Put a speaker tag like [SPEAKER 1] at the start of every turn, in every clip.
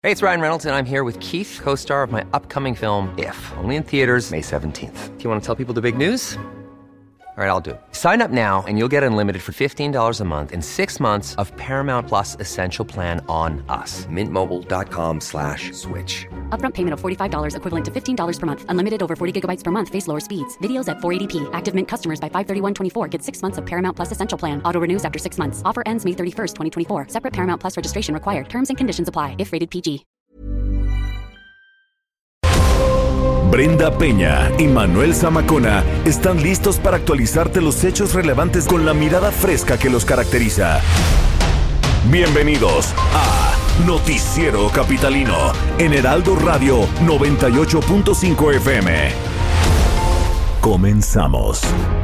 [SPEAKER 1] Hey, it's Ryan Reynolds, and I'm here with Keith, co-star of my upcoming film, If, only in theaters May 17th. Do you want to tell people the big news? All right, I'll do it. Sign up now and you'll get unlimited for $15 a month and 6 months of Paramount Plus Essential Plan on us. MintMobile.com/switch.
[SPEAKER 2] Upfront payment of $45 equivalent to $15 per month. Unlimited over 40 gigabytes per month. Face lower speeds. Videos at 480p. Active Mint customers by 531.24 get 6 months of Paramount Plus Essential Plan. Auto renews after 6 months. Offer ends May 31st, 2024. Separate Paramount Plus registration required. Terms and conditions apply if rated PG.
[SPEAKER 3] Brenda Peña y Manuel Zamacona están listos para actualizarte los hechos relevantes con la mirada fresca que los caracteriza. Bienvenidos a Noticiero Capitalino en Heraldo Radio 98.5 FM. Comenzamos.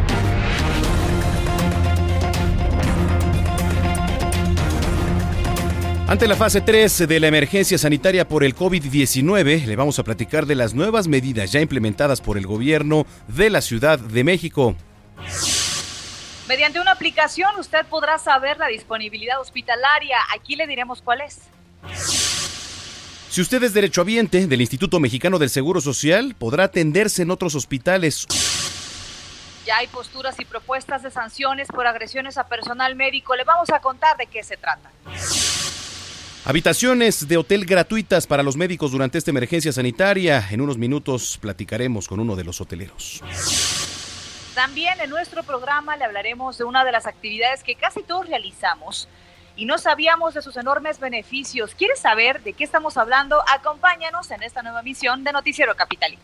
[SPEAKER 4] Ante la fase 3 de la emergencia sanitaria por el COVID-19, le vamos a platicar de las nuevas medidas ya implementadas por el gobierno de la Ciudad de México.
[SPEAKER 5] Mediante una aplicación usted podrá saber la disponibilidad hospitalaria. Aquí le diremos cuál es.
[SPEAKER 4] Si usted es derechohabiente del Instituto Mexicano del Seguro Social, podrá atenderse en otros hospitales.
[SPEAKER 5] Ya hay posturas y propuestas de sanciones por agresiones a personal médico. Le vamos a contar de qué se trata.
[SPEAKER 4] Habitaciones de hotel gratuitas para los médicos durante esta emergencia sanitaria. En unos minutos platicaremos con uno de los hoteleros.
[SPEAKER 5] También en nuestro programa le hablaremos de una de las actividades que casi todos realizamos y no sabíamos de sus enormes beneficios. ¿Quieres saber de qué estamos hablando? Acompáñanos en esta nueva emisión de Noticiero Capitalino.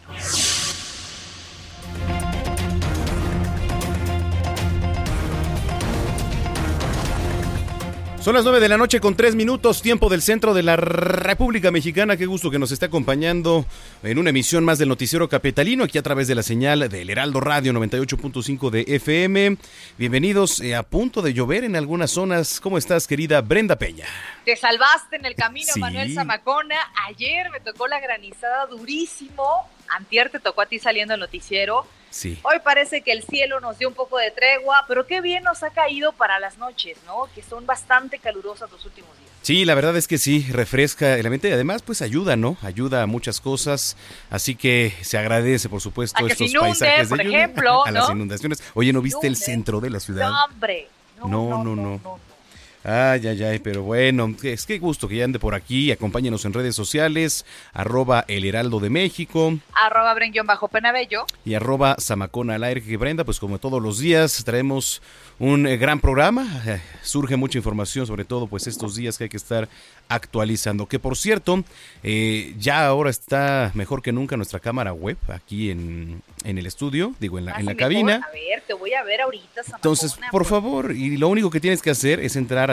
[SPEAKER 4] Son las 9 de la noche con 3 minutos, tiempo del centro de la República Mexicana. Qué gusto que nos esté acompañando en una emisión más del Noticiero Capitalino, aquí a través de la señal del Heraldo Radio 98.5 de FM. Bienvenidos, a punto de llover en algunas zonas. ¿Cómo estás, querida Brenda Peña?
[SPEAKER 5] Te salvaste en el camino,
[SPEAKER 4] Sí.
[SPEAKER 5] Manuel Zamacona. Ayer me tocó la granizada durísimo. Antier te tocó a ti saliendo el noticiero.
[SPEAKER 4] Sí.
[SPEAKER 5] Hoy parece que el cielo nos dio un poco de tregua, pero qué bien nos ha caído para las noches, ¿no? Que son bastante calurosas los últimos días.
[SPEAKER 4] Sí, la verdad es que sí, refresca el ambiente y además pues ayuda, ¿no? Ayuda a muchas cosas, así que se agradece, por supuesto,
[SPEAKER 5] A que
[SPEAKER 4] estos
[SPEAKER 5] se inunde,
[SPEAKER 4] paisajes de
[SPEAKER 5] por
[SPEAKER 4] lluvia,
[SPEAKER 5] ejemplo,
[SPEAKER 4] a
[SPEAKER 5] ¿no?
[SPEAKER 4] las inundaciones. Oye, ¿no viste el
[SPEAKER 5] Inunde.
[SPEAKER 4] centro de la ciudad?
[SPEAKER 5] No, hombre. No.
[SPEAKER 4] Ay, pero bueno, es que gusto que ya ande por aquí, acompáñenos en redes sociales, @El Heraldo de México,
[SPEAKER 5] @Bren-Penabello.
[SPEAKER 4] y @Zamacona al aire, que Brenda, pues como todos los días traemos un gran programa, surge mucha información, sobre todo pues estos días que hay que estar actualizando, que por cierto, ya ahora está mejor que nunca nuestra cámara web aquí en el estudio, digo en la
[SPEAKER 5] Mejor.
[SPEAKER 4] cabina.
[SPEAKER 5] A ver, te voy a ver ahorita, Zamacona.
[SPEAKER 4] Entonces, por favor, y lo único que tienes que hacer es entrar a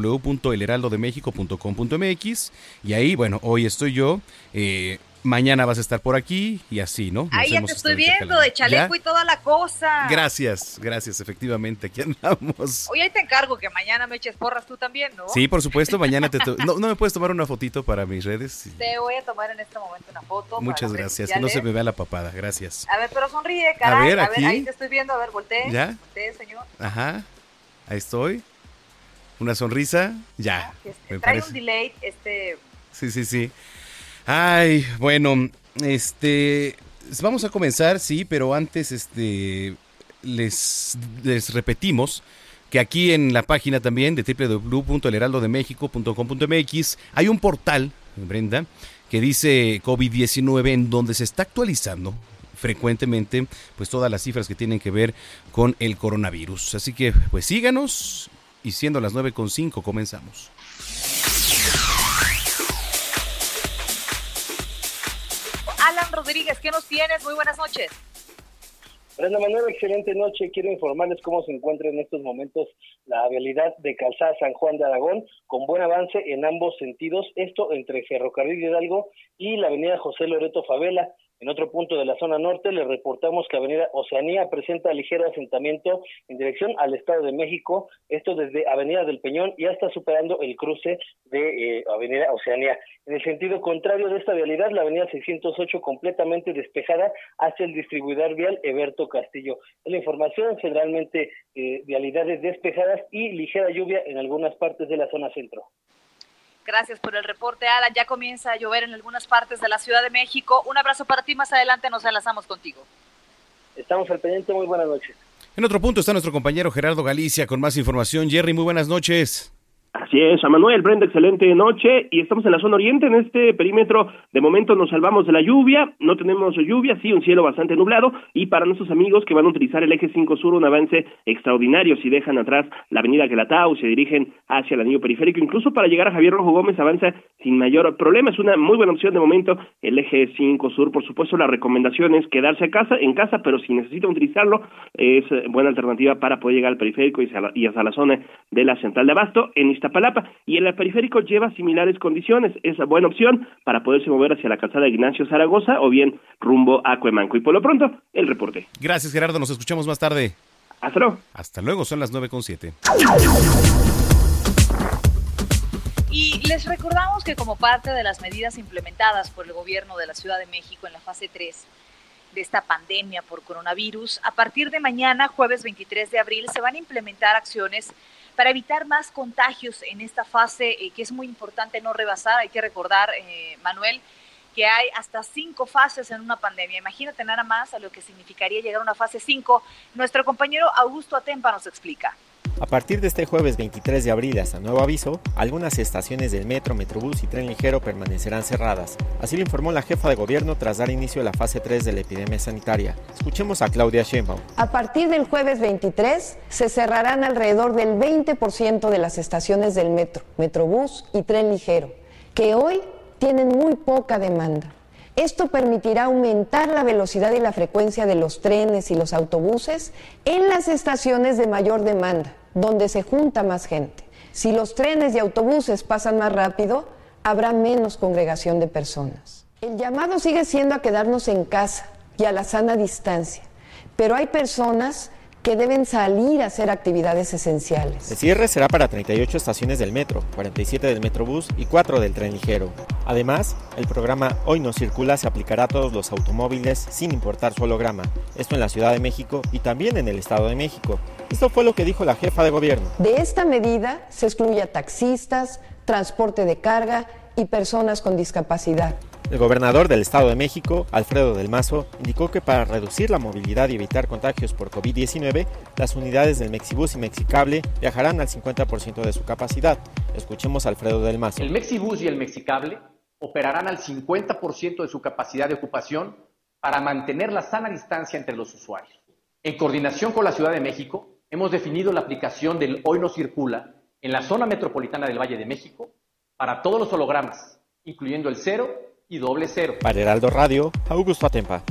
[SPEAKER 4] www.elheraldodemexico.com.mx y ahí, bueno, hoy estoy yo, mañana vas a estar por aquí y así, ¿no? Nos
[SPEAKER 5] Ahí ya
[SPEAKER 4] hemos
[SPEAKER 5] te estoy
[SPEAKER 4] estado
[SPEAKER 5] viendo, de chaleco
[SPEAKER 4] ¿Ya?
[SPEAKER 5] y toda la cosa.
[SPEAKER 4] Gracias, efectivamente, aquí andamos.
[SPEAKER 5] Oye, ahí te encargo que mañana me eches porras tú también, ¿no?
[SPEAKER 4] Sí, por supuesto, mañana no me puedes tomar una fotito para mis redes.
[SPEAKER 5] Te voy a tomar en este momento una foto.
[SPEAKER 4] Muchas
[SPEAKER 5] para las
[SPEAKER 4] gracias,
[SPEAKER 5] redes
[SPEAKER 4] que no se
[SPEAKER 5] sociales.
[SPEAKER 4] me vea la papada, gracias.
[SPEAKER 5] A ver, pero sonríe, caray.
[SPEAKER 4] A ver, aquí.
[SPEAKER 5] Ahí te estoy viendo, a ver, voltee.
[SPEAKER 4] ¿Ya?
[SPEAKER 5] Voltee, señor.
[SPEAKER 4] Ajá, ahí estoy. Una sonrisa, ya.
[SPEAKER 5] Que
[SPEAKER 4] me
[SPEAKER 5] trae
[SPEAKER 4] parece.
[SPEAKER 5] un delay,
[SPEAKER 4] Sí. Ay, bueno, vamos a comenzar, sí, pero antes, les repetimos que aquí en la página también de www.elheraldodemexico.com.mx hay un portal, Brenda, que dice COVID-19, en donde se está actualizando frecuentemente pues todas las cifras que tienen que ver con el coronavirus. Así que pues síganos y siendo las 9:05 comenzamos.
[SPEAKER 5] Alan Rodríguez, ¿qué nos tienes? Muy buenas noches.
[SPEAKER 6] Brenda Manuel, excelente noche. Quiero informarles cómo se encuentra en estos momentos la vialidad de Calzada San Juan de Aragón, con buen avance en ambos sentidos, esto entre Ferrocarril de Hidalgo y la avenida José Loreto Favela. En otro punto de la zona norte le reportamos que avenida Oceanía presenta ligero asentamiento en dirección al Estado de México, esto desde avenida del Peñón y hasta superando el cruce de avenida Oceanía. En el sentido contrario de esta vialidad, la avenida 608 completamente despejada hacia el distribuidor vial Eberto Castillo. Es la información, generalmente vialidades despejadas y ligera lluvia en algunas partes de la zona centro.
[SPEAKER 5] Gracias por el reporte, Alan. Ya comienza a llover en algunas partes de la Ciudad de México. Un abrazo para ti. Más adelante nos enlazamos contigo.
[SPEAKER 6] Estamos al pendiente. Muy buenas noches.
[SPEAKER 4] En otro punto está nuestro compañero Gerardo Galicia con más información. Jerry, muy buenas noches.
[SPEAKER 7] Así es, Manuel, Brenda, excelente noche, y estamos en la zona oriente, en este perímetro. De momento nos salvamos de la lluvia, no tenemos lluvia, sí, un cielo bastante nublado, y para nuestros amigos que van a utilizar el eje 5 sur, un avance extraordinario si dejan atrás la avenida Guelatao, se dirigen hacia el anillo periférico, incluso para llegar a Javier Rojo Gómez avanza sin mayor problema. Es una muy buena opción de momento el eje 5 sur. Por supuesto, la recomendación es quedarse en casa, pero si necesitan utilizarlo, es buena alternativa para poder llegar al periférico y hasta la zona de la central de Abasto, en Iztapalapa, y el periférico lleva similares condiciones. Es buena opción para poderse mover hacia la calzada de Ignacio Zaragoza o bien rumbo a Cuemanco. Y por lo pronto, el reporte.
[SPEAKER 4] Gracias, Gerardo, nos escuchamos más tarde.
[SPEAKER 7] Hasta luego.
[SPEAKER 4] Hasta luego, son las 9:07.
[SPEAKER 5] Y les recordamos que como parte de las medidas implementadas por el gobierno de la Ciudad de México en la fase 3 de esta pandemia por coronavirus, a partir de mañana, jueves 23 de abril, se van a implementar acciones para evitar más contagios en esta fase, que es muy importante no rebasar. Hay que recordar, Manuel, que hay hasta 5 fases en una pandemia. Imagínate nada más a lo que significaría llegar a una fase 5. Nuestro compañero Augusto Atempa nos explica.
[SPEAKER 8] A partir de este jueves 23 de abril hasta nuevo aviso, algunas estaciones del metro, metrobús y tren ligero permanecerán cerradas. Así lo informó la jefa de gobierno tras dar inicio a la fase 3 de la epidemia sanitaria. Escuchemos a Claudia Sheinbaum.
[SPEAKER 9] A partir del jueves 23 se cerrarán alrededor del 20% de las estaciones del metro, metrobús y tren ligero, que hoy tienen muy poca demanda. Esto permitirá aumentar la velocidad y la frecuencia de los trenes y los autobuses en las estaciones de mayor demanda, donde se junta más gente. Si los trenes y autobuses pasan más rápido, habrá menos congregación de personas. El llamado sigue siendo a quedarnos en casa y a la sana distancia, pero hay personas que deben salir a hacer actividades esenciales.
[SPEAKER 8] El cierre será para 38 estaciones del metro, 47 del metrobús y 4 del tren ligero. Además, el programa Hoy no circula se aplicará a todos los automóviles sin importar su holograma. Esto en la Ciudad de México y también en el Estado de México. Esto fue lo que dijo la jefa de gobierno.
[SPEAKER 9] De esta medida se excluye a taxistas, transporte de carga y personas con discapacidad.
[SPEAKER 8] El gobernador del Estado de México, Alfredo del Mazo, indicó que para reducir la movilidad y evitar contagios por COVID-19, las unidades del Mexibus y Mexicable viajarán al 50% de su capacidad. Escuchemos a Alfredo del Mazo.
[SPEAKER 10] El Mexibus y el Mexicable operarán al 50% de su capacidad de ocupación para mantener la sana distancia entre los usuarios. En coordinación con la Ciudad de México, hemos definido la aplicación del Hoy no circula en la zona metropolitana del Valle de México para todos los hologramas, incluyendo el 0 y doble 0.
[SPEAKER 8] Para Heraldo Radio, Augusto Atempa.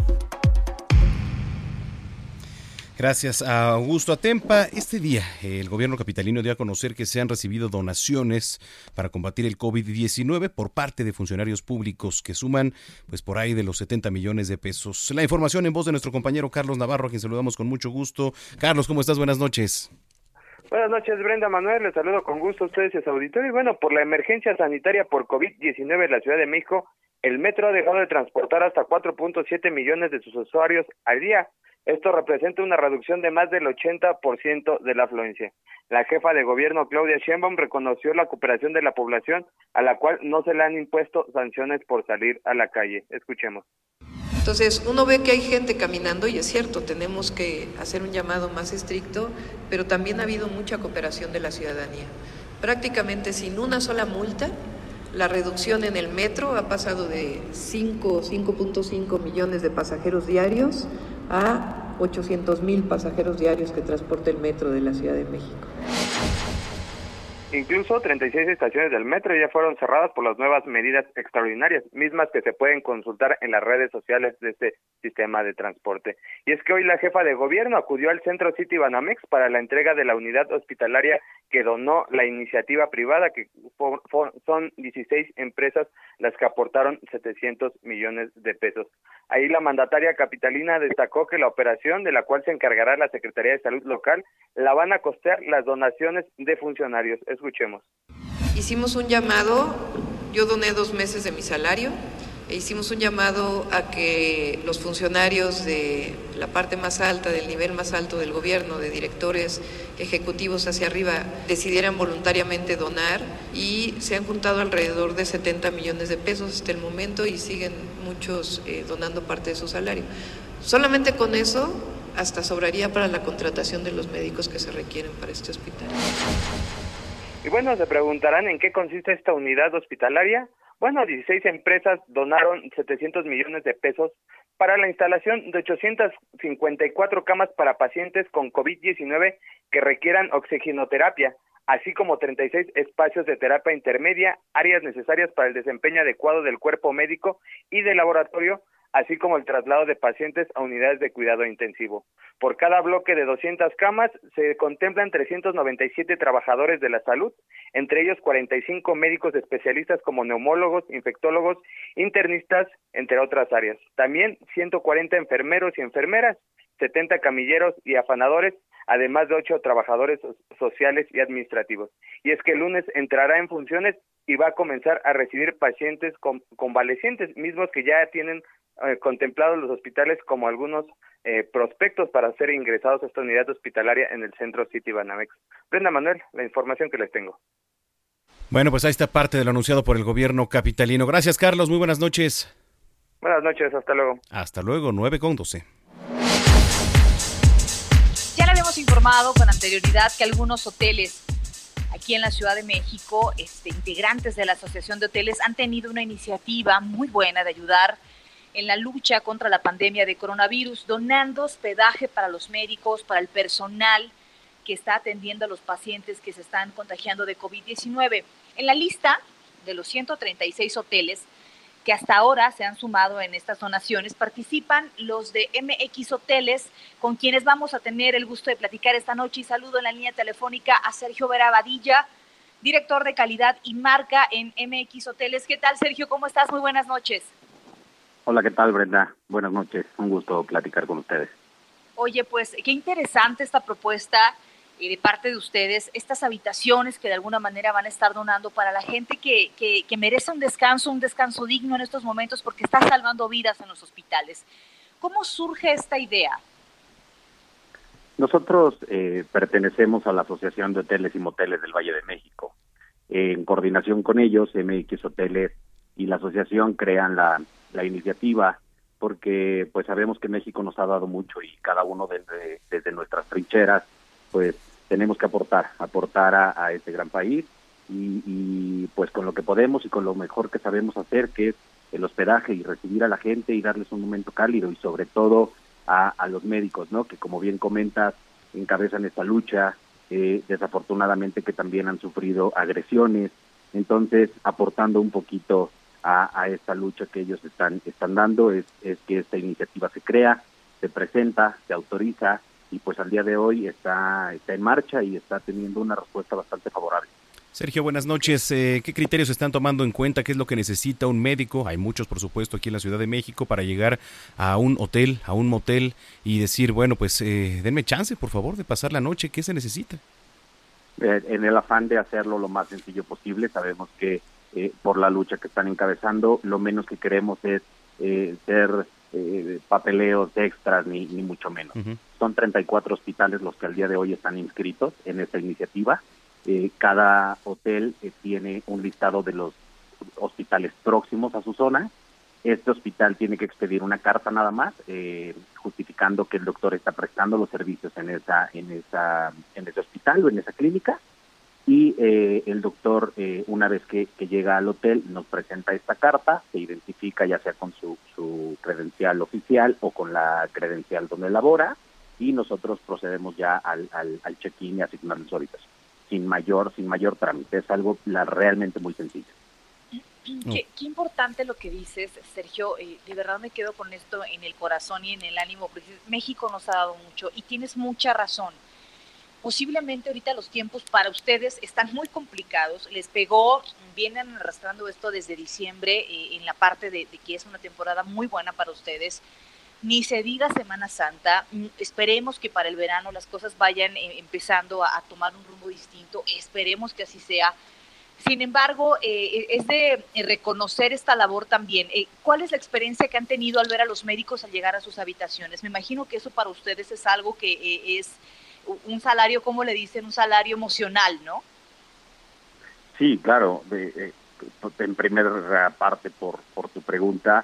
[SPEAKER 4] Gracias a Augusto Atempa. Este día el gobierno capitalino dio a conocer que se han recibido donaciones para combatir el COVID-19 por parte de funcionarios públicos que suman pues por ahí de los 70 millones de pesos. La información en voz de nuestro compañero Carlos Navarro, a quien saludamos con mucho gusto. Carlos, ¿cómo estás? Buenas noches.
[SPEAKER 11] Buenas noches, Brenda, Manuel, les saludo con gusto a ustedes y a su auditorio. Y bueno, por la emergencia sanitaria por COVID-19 en la Ciudad de México, el metro ha dejado de transportar hasta 4.7 millones de sus usuarios al día. Esto representa una reducción de más del 80% de la afluencia. La jefa de gobierno, Claudia Sheinbaum, reconoció la cooperación de la población, a la cual no se le han impuesto sanciones por salir a la calle. Escuchemos.
[SPEAKER 12] Entonces, uno ve que hay gente caminando y es cierto, tenemos que hacer un llamado más estricto, pero también ha habido mucha cooperación de la ciudadanía. Prácticamente sin una sola multa, la reducción en el metro ha pasado de 5.5 millones de pasajeros diarios a 800,000 pasajeros diarios que transporta el metro de la Ciudad de México.
[SPEAKER 11] Incluso 36 estaciones del metro ya fueron cerradas por las nuevas medidas extraordinarias, mismas que se pueden consultar en las redes sociales de este sistema de transporte. Y es que hoy la jefa de gobierno acudió al Centro City Banamex para la entrega de la unidad hospitalaria que donó la iniciativa privada, que son 16 empresas las que aportaron 700 millones de pesos. Ahí la mandataria capitalina destacó que la operación, de la cual se encargará la Secretaría de Salud local, la van a costear las donaciones de funcionarios. Escuchemos.
[SPEAKER 12] Hicimos un llamado, yo doné 2 meses de mi salario, hicimos un llamado a que los funcionarios de la parte más alta, del nivel más alto del gobierno, de directores ejecutivos hacia arriba, decidieran voluntariamente donar, y se han juntado alrededor de 70 millones de pesos hasta el momento y siguen muchos donando parte de su salario. Solamente con eso hasta sobraría para la contratación de los médicos que se requieren para este hospital.
[SPEAKER 11] Y bueno, se preguntarán en qué consiste esta unidad hospitalaria. Bueno, 16 empresas donaron 700 millones de pesos para la instalación de 854 camas para pacientes con COVID-19 que requieran oxigenoterapia, así como 36 espacios de terapia intermedia, áreas necesarias para el desempeño adecuado del cuerpo médico y de laboratorio, así como el traslado de pacientes a unidades de cuidado intensivo. Por cada bloque de 200 camas se contemplan 397 trabajadores de la salud, entre ellos 45 médicos especialistas como neumólogos, infectólogos, internistas, entre otras áreas. También 140 enfermeros y enfermeras, 70 camilleros y afanadores, además de 8 trabajadores sociales y administrativos. Y es que el lunes entrará en funciones y va a comenzar a recibir pacientes convalecientes, mismos que ya tienen contemplados los hospitales como algunos prospectos para ser ingresados a esta unidad hospitalaria en el Centro City Banamex. Brenda, Manuel, la información que les tengo.
[SPEAKER 4] Bueno, pues ahí está parte de lo anunciado por el gobierno capitalino. Gracias, Carlos. Muy buenas noches.
[SPEAKER 11] Buenas noches, hasta luego.
[SPEAKER 4] Hasta luego, 9:12.
[SPEAKER 5] Ya le habíamos informado con anterioridad que algunos hoteles aquí en la Ciudad de México, integrantes de la Asociación de Hoteles, han tenido una iniciativa muy buena de ayudar en la lucha contra la pandemia de coronavirus, donando hospedaje para los médicos, para el personal que está atendiendo a los pacientes que se están contagiando de COVID-19. En la lista de los 136 hoteles que hasta ahora se han sumado en estas donaciones, participan los de MX Hoteles, con quienes vamos a tener el gusto de platicar esta noche. Y saludo en la línea telefónica a Sergio Vera Badilla, director de calidad y marca en MX Hoteles. ¿Qué tal, Sergio? ¿Cómo estás? Muy buenas noches.
[SPEAKER 13] Hola, ¿qué tal, Brenda? Buenas noches, un gusto platicar con ustedes.
[SPEAKER 5] Oye, pues qué interesante esta propuesta de parte de ustedes, estas habitaciones que de alguna manera van a estar donando para la gente que merece un descanso digno en estos momentos, porque está salvando vidas en los hospitales. ¿Cómo surge esta idea?
[SPEAKER 13] Nosotros pertenecemos a la Asociación de Hoteles y Moteles del Valle de México. En coordinación con ellos, MX Hoteles y la asociación crean la iniciativa, porque pues sabemos que México nos ha dado mucho y cada uno desde nuestras trincheras pues tenemos que aportar a este gran país y pues con lo que podemos y con lo mejor que sabemos hacer, que es el hospedaje y recibir a la gente y darles un momento cálido, y sobre todo a los médicos, ¿no? Que como bien comentas, encabezan esta lucha, desafortunadamente que también han sufrido agresiones. Entonces, aportando un poquito a esta lucha que ellos están dando, es que esta iniciativa se crea, se presenta, se autoriza, y pues al día de hoy está en marcha y está teniendo una respuesta bastante favorable.
[SPEAKER 4] Sergio, buenas noches. ¿Qué criterios están tomando en cuenta? ¿Qué es lo que necesita un médico? Hay muchos, por supuesto, aquí en la Ciudad de México, para llegar a un hotel, a un motel y decir, bueno, pues denme chance, por favor, de pasar la noche. ¿Qué se necesita?
[SPEAKER 13] En el afán de hacerlo lo más sencillo posible, sabemos que por la lucha que están encabezando, lo menos que queremos es ser papeleos extras, ni mucho menos. Uh-huh. Son 34 hospitales los que al día de hoy están inscritos en esta iniciativa. Cada hotel tiene un listado de los hospitales próximos a su zona. Este hospital tiene que expedir una carta nada más, justificando que el doctor está prestando los servicios en ese hospital o en esa clínica. Y el doctor, una vez que llega al hotel, nos presenta esta carta, se identifica ya sea con su credencial oficial o con la credencial donde labora, y nosotros procedemos ya al check-in y asignarle su habitación, sin mayor trámite. Es algo realmente muy sencillo.
[SPEAKER 5] Qué importante lo que dices, Sergio. De verdad me quedo con esto en el corazón y en el ánimo, porque México nos ha dado mucho y tienes mucha razón. Posiblemente ahorita los tiempos para ustedes están muy complicados, les pegó, vienen arrastrando esto desde diciembre, en la parte de que es una temporada muy buena para ustedes, ni se diga Semana Santa. Esperemos que para el verano las cosas vayan empezando a tomar un rumbo distinto, esperemos que así sea. Sin embargo, es de reconocer esta labor también. ¿Cuál es la experiencia que han tenido al ver a los médicos al llegar a sus habitaciones? Me imagino que eso para ustedes es algo que es un salario, ¿cómo le dicen? Un salario emocional, ¿no?
[SPEAKER 13] Sí, claro. En primera parte, por tu pregunta,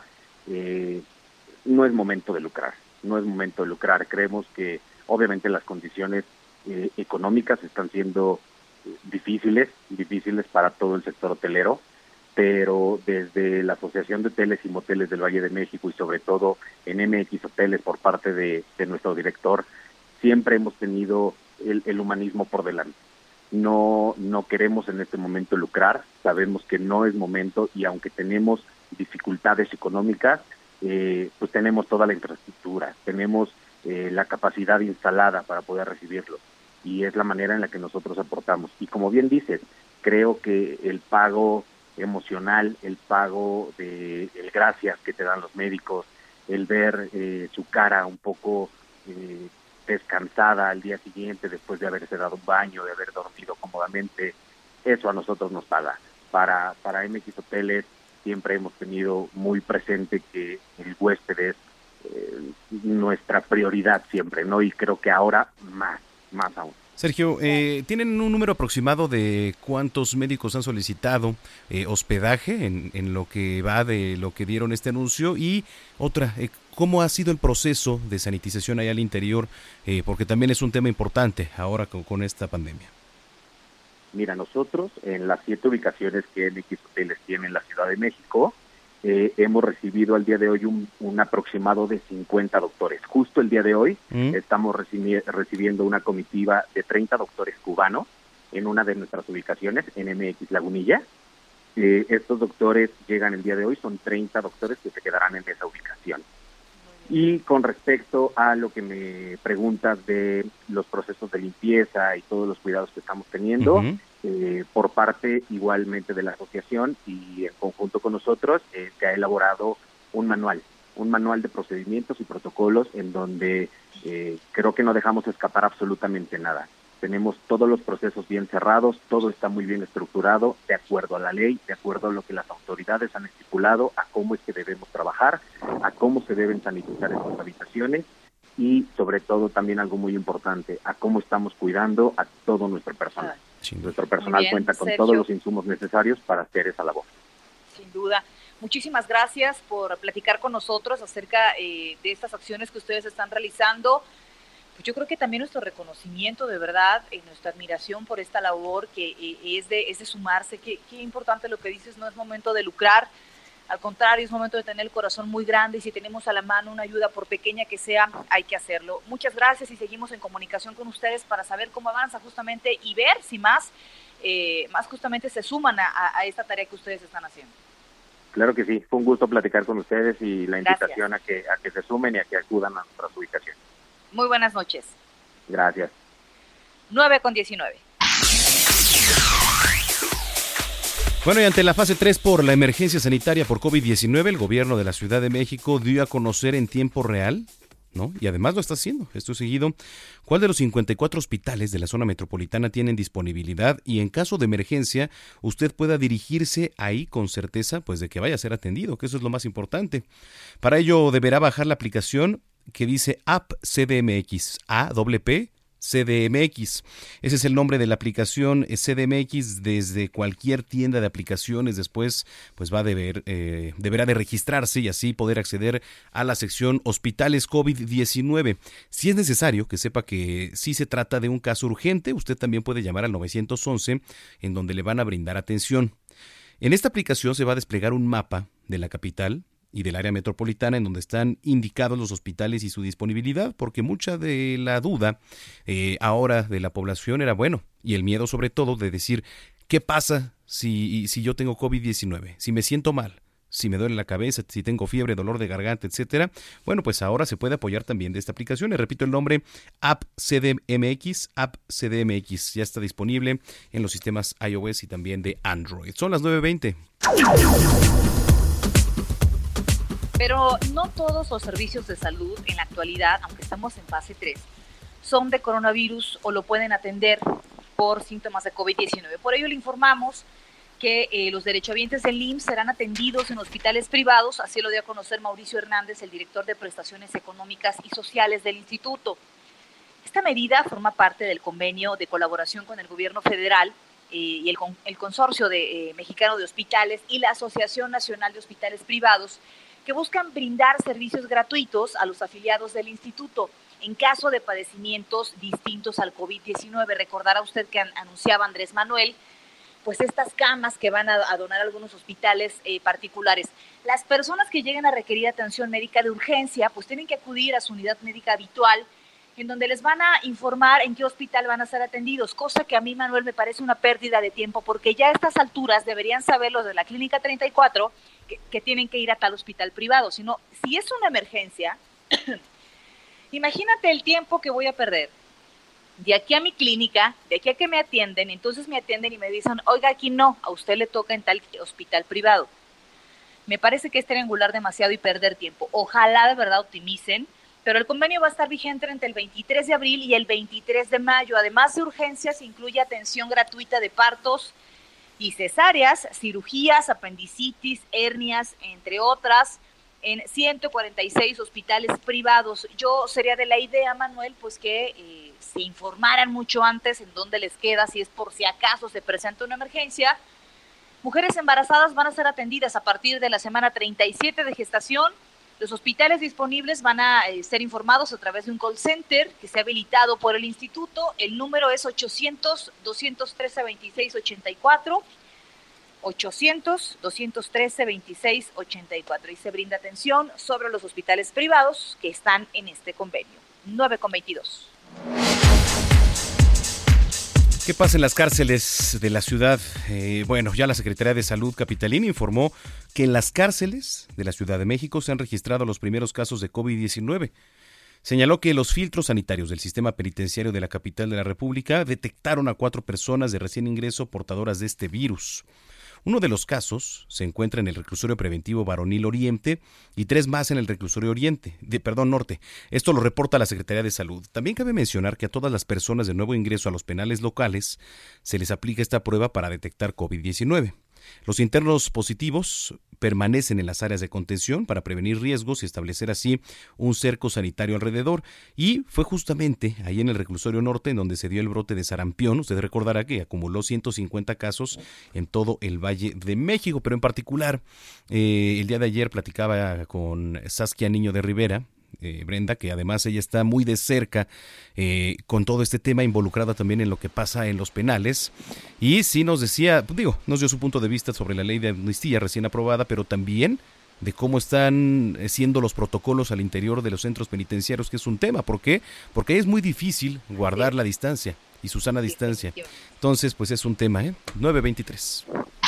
[SPEAKER 13] no es momento de lucrar. No es momento de lucrar. Creemos que obviamente las condiciones económicas están siendo difíciles para todo el sector hotelero, pero desde la Asociación de Hoteles y Moteles del Valle de México y sobre todo en MX Hoteles por parte de nuestro director, siempre hemos tenido el humanismo por delante. No queremos en este momento lucrar, sabemos que no es momento y aunque tenemos dificultades económicas, pues tenemos toda la infraestructura, tenemos la capacidad instalada para poder recibirlo. Y es la manera en la que nosotros aportamos. Y como bien dices, creo que el pago emocional, el pago de el gracias que te dan los médicos, el ver su cara un poco descansada al día siguiente después de haberse dado un baño, de haber dormido cómodamente, eso a nosotros nos paga. Para MX Hoteles siempre hemos tenido muy presente que el huésped es nuestra prioridad siempre, ¿no? Y creo que ahora más aún.
[SPEAKER 4] Sergio, ¿tienen un número aproximado de cuántos médicos han solicitado hospedaje en lo que va de lo que dieron este anuncio? Y otra, ¿cómo ha sido el proceso de sanitización allá al interior? Porque también es un tema importante ahora con esta pandemia.
[SPEAKER 13] Mira, nosotros en las 7 ubicaciones que MX Hoteles tiene en la Ciudad de México, hemos recibido al día de hoy un aproximado de 50 doctores. Justo el día de hoy estamos recibiendo una comitiva de 30 doctores cubanos en una de nuestras ubicaciones, en MX Lagunilla. Estos doctores llegan el día de hoy, son 30 doctores que se quedarán en esa ubicación. Y con respecto a lo que me preguntas de los procesos de limpieza y todos los cuidados que estamos teniendo, por parte igualmente de la asociación y en conjunto con nosotros, se ha elaborado un manual de procedimientos y protocolos en donde creo que no dejamos escapar absolutamente nada. Tenemos todos los procesos bien cerrados, todo está muy bien estructurado, de acuerdo a la ley, de acuerdo a lo que las autoridades han estipulado, a cómo es que debemos trabajar, a cómo se deben sanitizar estas habitaciones y sobre todo también algo muy importante, a cómo estamos cuidando a todo nuestro personal. Nuestro personal bien, cuenta con Sergio, todos los insumos necesarios para hacer esa labor.
[SPEAKER 5] Sin duda. Muchísimas gracias por platicar con nosotros acerca de estas acciones que ustedes están realizando. Pues yo creo que también nuestro reconocimiento, de verdad, nuestra admiración por esta labor que es de sumarse. Qué importante lo que dices, no es momento de lucrar, al contrario, es momento de tener el corazón muy grande y si tenemos a la mano una ayuda, por pequeña que sea, hay que hacerlo. Muchas gracias y seguimos en comunicación con ustedes para saber cómo avanza justamente y ver si más justamente se suman a esta tarea que ustedes están haciendo.
[SPEAKER 13] Claro que sí, fue un gusto platicar con ustedes y la invitación a que se sumen y a que acudan a nuestras ubicaciones.
[SPEAKER 5] Muy buenas noches.
[SPEAKER 13] Gracias.
[SPEAKER 5] 9:19.
[SPEAKER 4] Bueno, y ante la fase 3 por la emergencia sanitaria por COVID-19, el gobierno de la Ciudad de México dio a conocer en tiempo real, ¿no? Y además lo está haciendo, esto seguido, cuál de los 54 hospitales de la zona metropolitana tienen disponibilidad y en caso de emergencia usted pueda dirigirse ahí con certeza pues de que vaya a ser atendido, que eso es lo más importante. Para ello deberá bajar la aplicación que dice App CDMX, APP CDMX. Ese es el nombre de la aplicación CDMX desde cualquier tienda de aplicaciones. Después pues deberá de registrarse y así poder acceder a la sección Hospitales COVID-19. Si es necesario que sepa que si se trata de un caso urgente, usted también puede llamar al 911 en donde le van a brindar atención. En esta aplicación se va a desplegar un mapa de la capital y del área metropolitana en donde están indicados los hospitales y su disponibilidad, porque mucha de la duda ahora de la población era y el miedo sobre todo de decir, ¿qué pasa si yo tengo COVID-19? Si me siento mal, si me duele la cabeza, si tengo fiebre, dolor de garganta, etcétera. Bueno, pues ahora se puede apoyar también de esta aplicación. Le repito el nombre, App CDMX, ya está disponible en los sistemas iOS y también de Android. Son las 9:20.
[SPEAKER 5] Pero no todos los servicios de salud en la actualidad, aunque estamos en fase 3, son de coronavirus o lo pueden atender por síntomas de COVID-19. Por ello le informamos que los derechohabientes del IMSS serán atendidos en hospitales privados, así lo dio a conocer Mauricio Hernández, el director de Prestaciones Económicas y Sociales del instituto. Esta medida forma parte del convenio de colaboración con el gobierno federal y el Consorcio Mexicano de Hospitales y la Asociación Nacional de Hospitales Privados, que buscan brindar servicios gratuitos a los afiliados del instituto en caso de padecimientos distintos al COVID-19. Recordará usted que anunciaba Andrés Manuel, pues estas camas que van a donar algunos hospitales particulares. Las personas que lleguen a requerir atención médica de urgencia, pues tienen que acudir a su unidad médica habitual, en donde les van a informar en qué hospital van a ser atendidos, cosa que a mí, Manuel, me parece una pérdida de tiempo, porque ya a estas alturas deberían saber los de la Clínica 34 que tienen que ir a tal hospital privado. Sino, si es una emergencia, imagínate el tiempo que voy a perder. De aquí a mi clínica, de aquí a que me atienden, entonces me atienden y me dicen, oiga, aquí no, a usted le toca en tal hospital privado. Me parece que es triangular demasiado y perder tiempo. Ojalá de verdad optimicen, pero el convenio va a estar vigente entre el 23 de abril y el 23 de mayo. Además de urgencias, incluye atención gratuita de partos y cesáreas, cirugías, apendicitis, hernias, entre otras, en 146 hospitales privados. Yo sería de la idea, Manuel, pues que se informaran mucho antes en dónde les queda, si es por si acaso se presenta una emergencia. Mujeres embarazadas van a ser atendidas a partir de la semana 37 de gestación. Los hospitales disponibles van a ser informados a través de un call center que se ha habilitado por el instituto. El número es 800-213-2684. 800-213-2684 y se brinda atención sobre los hospitales privados que están en este convenio. 9:22.
[SPEAKER 4] ¿Qué pasa en las cárceles de la ciudad? Bueno, ya la Secretaría de Salud capitalina informó que en las cárceles de la Ciudad de México se han registrado los primeros casos de COVID-19. Señaló que los filtros sanitarios del sistema penitenciario de la capital de la República detectaron a 4 personas de recién ingreso portadoras de este virus. Uno de los casos se encuentra en el reclusorio preventivo Varonil Oriente y 3 más en el reclusorio Norte. Esto lo reporta la Secretaría de Salud. También cabe mencionar que a todas las personas de nuevo ingreso a los penales locales se les aplica esta prueba para detectar COVID-19. Los internos positivos permanecen en las áreas de contención para prevenir riesgos y establecer así un cerco sanitario alrededor. Y fue justamente ahí en el reclusorio norte en donde se dio el brote de sarampión. Usted recordará que acumuló 150 casos en todo el Valle de México, pero en particular el día de ayer platicaba con Saskia Niño de Rivera, Brenda, que además ella está muy de cerca con todo este tema, involucrada también en lo que pasa en los penales, y sí nos decía, nos dio su punto de vista sobre la ley de amnistía recién aprobada, pero también de cómo están siendo los protocolos al interior de los centros penitenciarios, que es un tema. ¿Por qué? Porque es muy difícil guardar la distancia y su sana distancia. Entonces, pues es un tema, 9:23.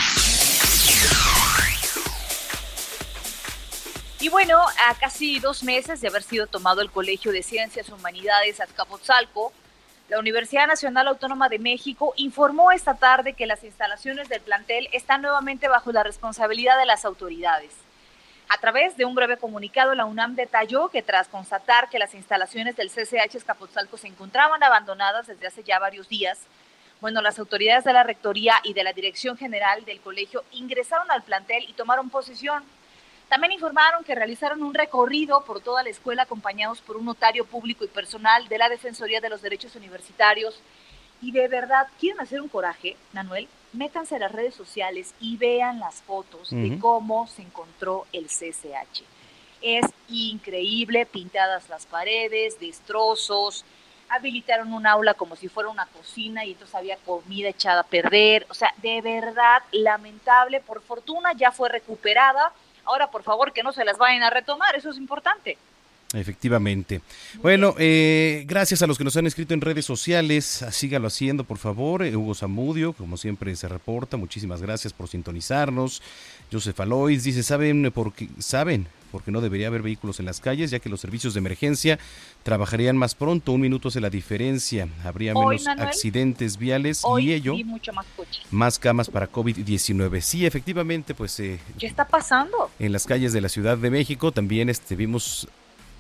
[SPEAKER 5] Y bueno, a casi 2 meses de haber sido tomado el Colegio de Ciencias y Humanidades Azcapotzalco, la Universidad Nacional Autónoma de México informó esta tarde que las instalaciones del plantel están nuevamente bajo la responsabilidad de las autoridades. A través de un breve comunicado, la UNAM detalló que tras constatar que las instalaciones del CCH Azcapotzalco se encontraban abandonadas desde hace ya varios días, las autoridades de la Rectoría y de la Dirección General del Colegio ingresaron al plantel y tomaron posesión. También informaron que realizaron un recorrido por toda la escuela acompañados por un notario público y personal de la Defensoría de los Derechos Universitarios. Y de verdad, ¿quieren hacer un coraje, Manuel? Métanse a las redes sociales y vean las fotos de cómo se encontró el CCH. Es increíble, pintadas las paredes, destrozos, habilitaron un aula como si fuera una cocina y entonces había comida echada a perder. O sea, de verdad, lamentable. Por fortuna ya fue recuperada. Ahora, por favor, que no se las vayan a retomar, eso es importante.
[SPEAKER 4] Efectivamente. Bueno, gracias a los que nos han escrito en redes sociales, sígalo haciendo, por favor. Hugo Zamudio, como siempre se reporta, muchísimas gracias por sintonizarnos. Joseph Alois dice, ¿saben por qué no debería haber vehículos en las calles? Ya que los servicios de emergencia trabajarían más pronto, 1 minuto hace la diferencia, habría menos accidentes viales y ello, más camas para COVID-19. Sí, efectivamente, pues...
[SPEAKER 5] ¿Qué está pasando?
[SPEAKER 4] En las calles de la Ciudad de México también vimos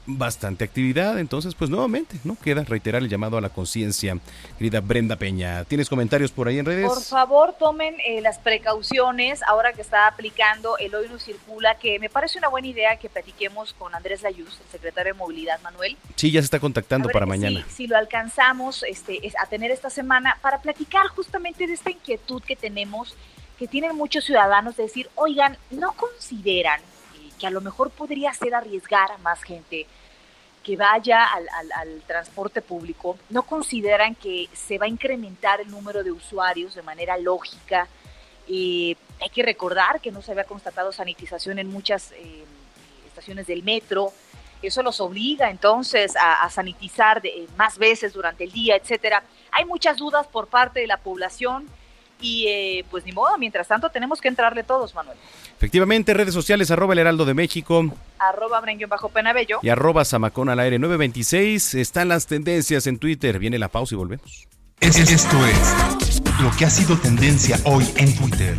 [SPEAKER 4] bastante actividad, entonces pues nuevamente, ¿no? Queda reiterar el llamado a la conciencia. Querida Brenda Peña, ¿tienes comentarios por ahí en redes?
[SPEAKER 5] Por favor, tomen las precauciones ahora que está aplicando el Hoy No Circula, que me parece una buena idea que platiquemos con Andrés Layuz, el secretario de Movilidad, Manuel.
[SPEAKER 4] Sí, ya se está contactando para mañana.
[SPEAKER 5] Si lo alcanzamos a tener esta semana para platicar justamente de esta inquietud que tenemos, que tienen muchos ciudadanos, de decir, oigan, ¿no consideran que a lo mejor podría ser arriesgar a más gente que vaya al transporte público? ¿No consideran que se va a incrementar el número de usuarios de manera lógica? Hay que recordar que no se había constatado sanitización en muchas estaciones del metro. Eso los obliga entonces a sanitizar más veces durante el día, etcétera. Hay muchas dudas por parte de la población y pues ni modo, mientras tanto tenemos que entrarle todos, Manuel.
[SPEAKER 4] Efectivamente, redes sociales, @El Heraldo de México,
[SPEAKER 5] @Bren_Penabello
[SPEAKER 3] y
[SPEAKER 4] @Zamacón al aire 926. Están las tendencias en Twitter. Viene la pausa y volvemos.
[SPEAKER 14] Esto es lo que ha sido tendencia hoy en Twitter.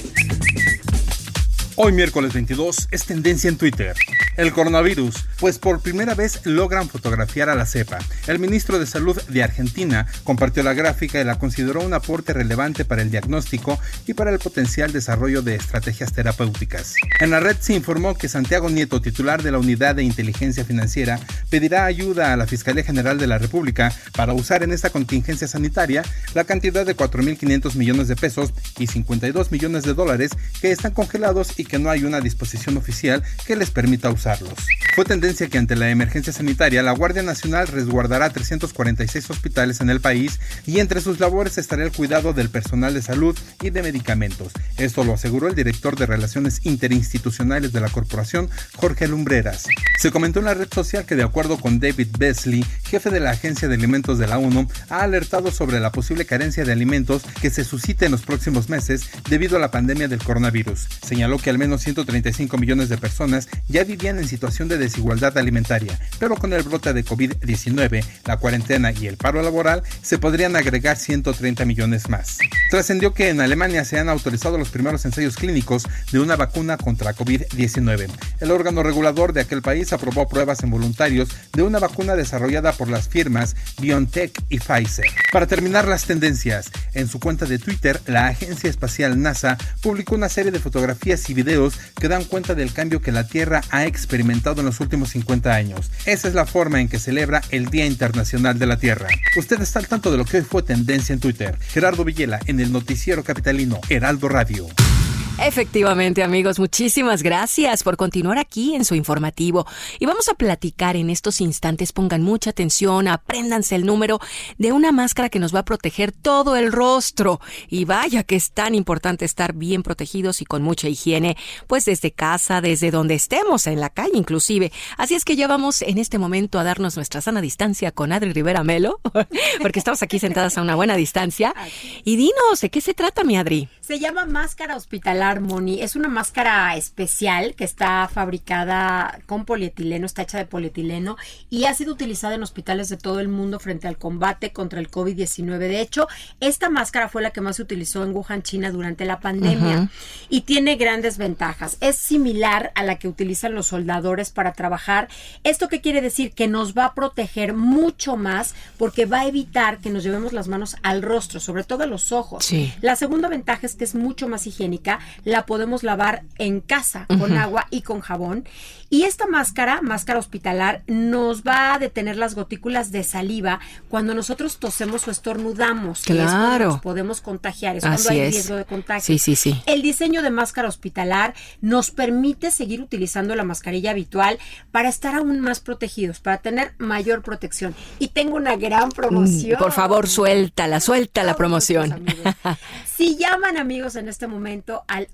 [SPEAKER 14] Hoy miércoles 22 es tendencia en Twitter. El coronavirus, pues por primera vez logran fotografiar a la cepa. El ministro de Salud de Argentina compartió la gráfica y la consideró un aporte relevante para el diagnóstico y para el potencial desarrollo de estrategias terapéuticas. En la red se informó que Santiago Nieto, titular de la Unidad de Inteligencia Financiera, pedirá ayuda a la Fiscalía General de la República para usar en esta contingencia sanitaria la cantidad de 4.500 millones de pesos y 52 millones de dólares que están congelados y que no hay una disposición oficial que les permita usarlos. Fue tendencia que ante la emergencia sanitaria, la Guardia Nacional resguardará 346 hospitales en el país y entre sus labores estará el cuidado del personal de salud y de medicamentos. Esto lo aseguró el director de Relaciones Interinstitucionales de la corporación, Jorge Lumbreras. Se comentó en la red social que, de acuerdo con David Beasley, jefe de la Agencia de Alimentos de la ONU, ha alertado sobre la posible carencia de alimentos que se suscite en los próximos meses debido a la pandemia del coronavirus. Señaló que al menos 135 millones de personas ya vivían en situación de desigualdad alimentaria, pero con el brote de COVID-19, la cuarentena y el paro laboral se podrían agregar 130 millones más. Trascendió que en Alemania se han autorizado los primeros ensayos clínicos de una vacuna contra COVID-19. El órgano regulador de aquel país aprobó pruebas en voluntarios de una vacuna desarrollada por las firmas BioNTech y Pfizer. Para terminar las tendencias, en su cuenta de Twitter, la agencia espacial NASA publicó una serie de fotografías y videos que dan cuenta del cambio que la Tierra ha experimentado en los últimos 50 años. Esa es la forma en que celebra el Día Internacional de la Tierra. Usted está al tanto de lo que hoy fue tendencia en Twitter. Gerardo Villela en el noticiero capitalino Heraldo Radio.
[SPEAKER 15] Efectivamente, amigos, muchísimas gracias por continuar aquí en su informativo. Y vamos a platicar en estos instantes, pongan mucha atención, apréndanse el número de una máscara que nos va a proteger todo el rostro. Y vaya que es tan importante estar bien protegidos y con mucha higiene, pues desde casa, desde donde estemos, en la calle inclusive. Así es que ya vamos en este momento a darnos nuestra sana distancia con Adri Rivera Melo, porque estamos aquí sentadas a una buena distancia. Y dinos, ¿de qué se trata, mi Adri?
[SPEAKER 16] Se llama máscara hospitalar, Moni. Es una máscara especial que está fabricada con polietileno, está hecha de polietileno y ha sido utilizada en hospitales de todo el mundo frente al combate contra el COVID-19. De hecho, esta máscara fue la que más se utilizó en Wuhan, China, durante la pandemia y tiene grandes ventajas. Es similar a la que utilizan los soldadores para trabajar. ¿Esto qué quiere decir? Que nos va a proteger mucho más porque va a evitar que nos llevemos las manos al rostro, sobre todo a los ojos. Sí. La segunda ventaja es que es mucho más higiénica, la podemos lavar en casa con agua y con jabón. Y esta máscara hospitalar, nos va a detener las gotículas de saliva cuando nosotros tosemos o estornudamos.
[SPEAKER 15] Claro.
[SPEAKER 16] Que es cuando nos podemos contagiar, es cuando hay riesgo de contagio.
[SPEAKER 15] Sí.
[SPEAKER 16] El diseño de máscara hospitalar nos permite seguir utilizando la mascarilla habitual para estar aún más protegidos, para tener mayor protección. Y tengo una gran promoción.
[SPEAKER 15] Por favor, suelta la promoción.
[SPEAKER 16] Si llaman, amigos, en este momento al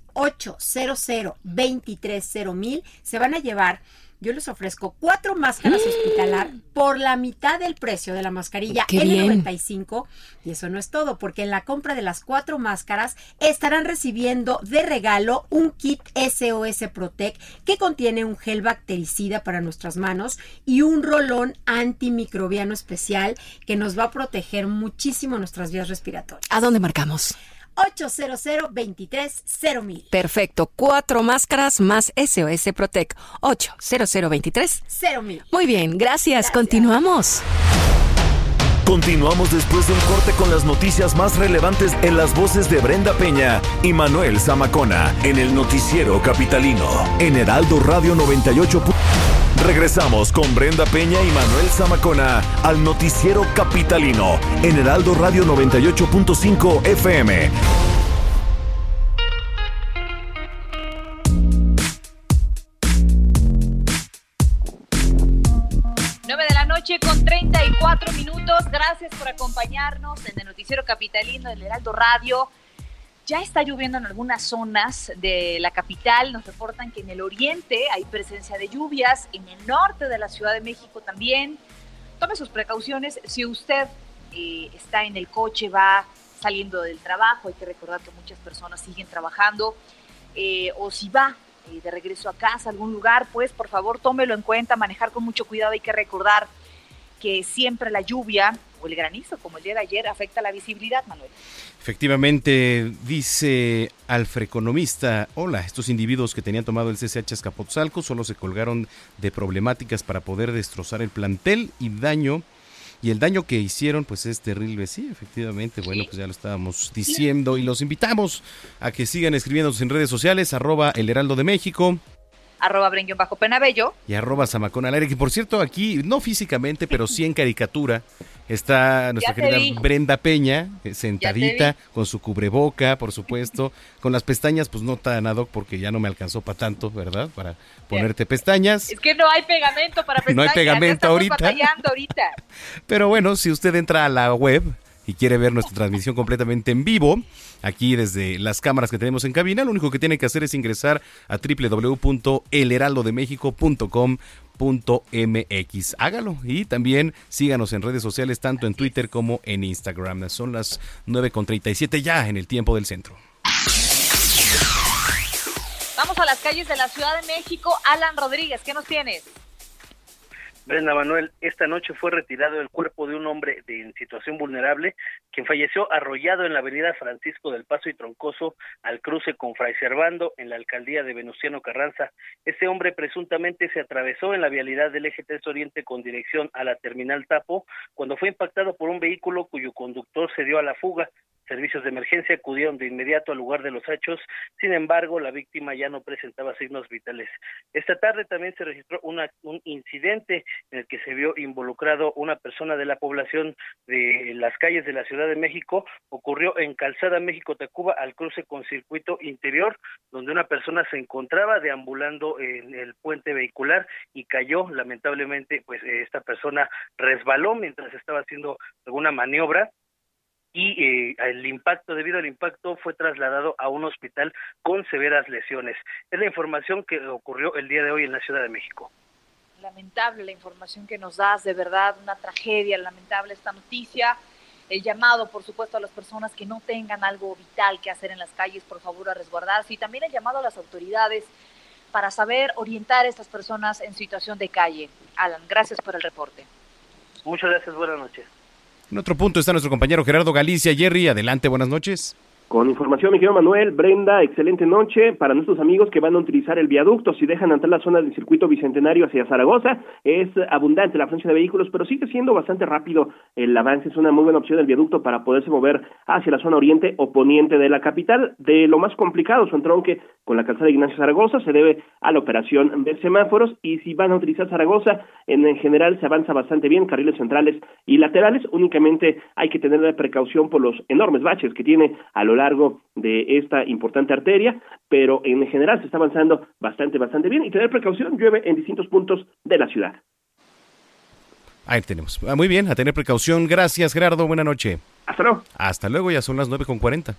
[SPEAKER 16] 800-230-1000, se van a llevar, yo les ofrezco 4 máscaras hospitalar por la mitad del precio de la mascarilla N95. Y eso no es todo, porque en la compra de las 4 máscaras estarán recibiendo de regalo un kit SOS Protect que contiene un gel bactericida para nuestras manos y un rolón antimicrobiano especial que nos va a proteger muchísimo nuestras vías respiratorias.
[SPEAKER 15] ¿A dónde marcamos?
[SPEAKER 16] 800-23-0000.
[SPEAKER 15] Perfecto, 4 máscaras más SOS Protec, 800-23-0000. Muy bien, gracias. Continuamos.
[SPEAKER 3] Continuamos después de un corte con las noticias más relevantes en las voces de Brenda Peña y Manuel Zamacona en el Noticiero Capitalino en Heraldo Radio 98. Regresamos con Brenda Peña y Manuel Zamacona al Noticiero Capitalino en Heraldo Radio 98.5 FM.
[SPEAKER 5] Noche con 34 minutos. Gracias por acompañarnos en el Noticiero Capitalino del Heraldo Radio. Ya está lloviendo en algunas zonas de la capital. Nos reportan que en el oriente hay presencia de lluvias, en el norte de la Ciudad de México también. Tome sus precauciones. Si usted está en el coche, va saliendo del trabajo, hay que recordar que muchas personas siguen trabajando, o si va de regreso a casa, a algún lugar, pues por favor tómelo en cuenta, manejar con mucho cuidado. Hay que recordar que siempre la lluvia o el granizo, como el día de ayer, afecta la visibilidad, Manuel.
[SPEAKER 4] Efectivamente, dice Alfreconomista, hola, estos individuos que tenían tomado el CCH Azcapotzalco solo se colgaron de problemáticas para poder destrozar el plantel y el daño que hicieron pues es terrible. Sí, efectivamente, bueno, pues ya lo estábamos diciendo y los invitamos a que sigan escribiéndonos en redes sociales, @El Heraldo de México,
[SPEAKER 5] @Bren-Penabello
[SPEAKER 4] y @Zamacona al aire, que por cierto aquí, no físicamente, pero sí en caricatura, está nuestra querida Brenda Peña, sentadita, con su cubreboca, por supuesto, con las pestañas, pues no tan ad hoc porque ya no me alcanzó para tanto, ¿verdad? Para ponerte pestañas.
[SPEAKER 5] Es que no hay pegamento para pestañas.
[SPEAKER 4] No hay pegamento ahorita.
[SPEAKER 5] Batallando ahorita.
[SPEAKER 4] Pero bueno, si usted entra a la web y quiere ver nuestra transmisión completamente en vivo, aquí desde las cámaras que tenemos en cabina, lo único que tiene que hacer es ingresar a www.elheraldodemexico.com.mx. Hágalo y también síganos en redes sociales, tanto en Twitter como en Instagram. Son las 9:37 ya en el tiempo del centro.
[SPEAKER 5] Vamos a las calles de la Ciudad de México. Alan Rodríguez, ¿qué nos tienes?
[SPEAKER 6] Brenda, Manuel, esta noche fue retirado el cuerpo de un hombre en situación vulnerable, quien falleció arrollado en la avenida Francisco del Paso y Troncoso, al cruce con Fray Servando, en la alcaldía de Venustiano Carranza. Este hombre presuntamente se atravesó en la vialidad del eje 3 Oriente con dirección a la terminal Tapo, cuando fue impactado por un vehículo cuyo conductor se dio a la fuga. Servicios de emergencia acudieron de inmediato al lugar de los hechos, sin embargo, la víctima ya no presentaba signos vitales. Esta tarde también se registró un incidente en el que se vio involucrado una persona de la población de las calles de la Ciudad de México. Ocurrió en Calzada México-Tacuba, al cruce con Circuito Interior, donde una persona se encontraba deambulando en el puente vehicular y cayó. Lamentablemente, pues esta persona resbaló mientras estaba haciendo alguna maniobra, y debido al impacto fue trasladado a un hospital con severas lesiones. Es la información que ocurrió el día de hoy en la Ciudad de México.
[SPEAKER 5] Lamentable la información que nos das, de verdad, una tragedia, lamentable esta noticia. El llamado, por supuesto, a las personas que no tengan algo vital que hacer en las calles, por favor, a resguardarse, y también el llamado a las autoridades para saber orientar a estas personas en situación de calle. Alan, gracias por el reporte.
[SPEAKER 6] Muchas gracias, buenas noches.
[SPEAKER 4] En otro punto está nuestro compañero Gerardo Galicia. Jerry, adelante, buenas noches.
[SPEAKER 7] Con información, mi querido Manuel, Brenda, excelente noche para nuestros amigos que van a utilizar el viaducto. Si dejan entrar la zona del circuito bicentenario hacia Zaragoza, es abundante la afluencia de vehículos, pero sigue siendo bastante rápido el avance. Es una muy buena opción el viaducto para poderse mover hacia la zona oriente o poniente de la capital. De lo más complicado, su entronque con la calzada de Ignacio Zaragoza se debe a la operación de semáforos, y si van a utilizar Zaragoza, en general se avanza bastante bien, carriles centrales y laterales. Únicamente hay que tener la precaución por los enormes baches que tiene a lo largo de esta importante arteria, pero en general se está avanzando bastante bien, y tener precaución, llueve en distintos puntos de la ciudad.
[SPEAKER 4] Ahí tenemos. Muy bien, a tener precaución. Gracias, Gerardo. Buena noche.
[SPEAKER 7] Hasta luego.
[SPEAKER 4] Hasta luego, ya son las 9:40.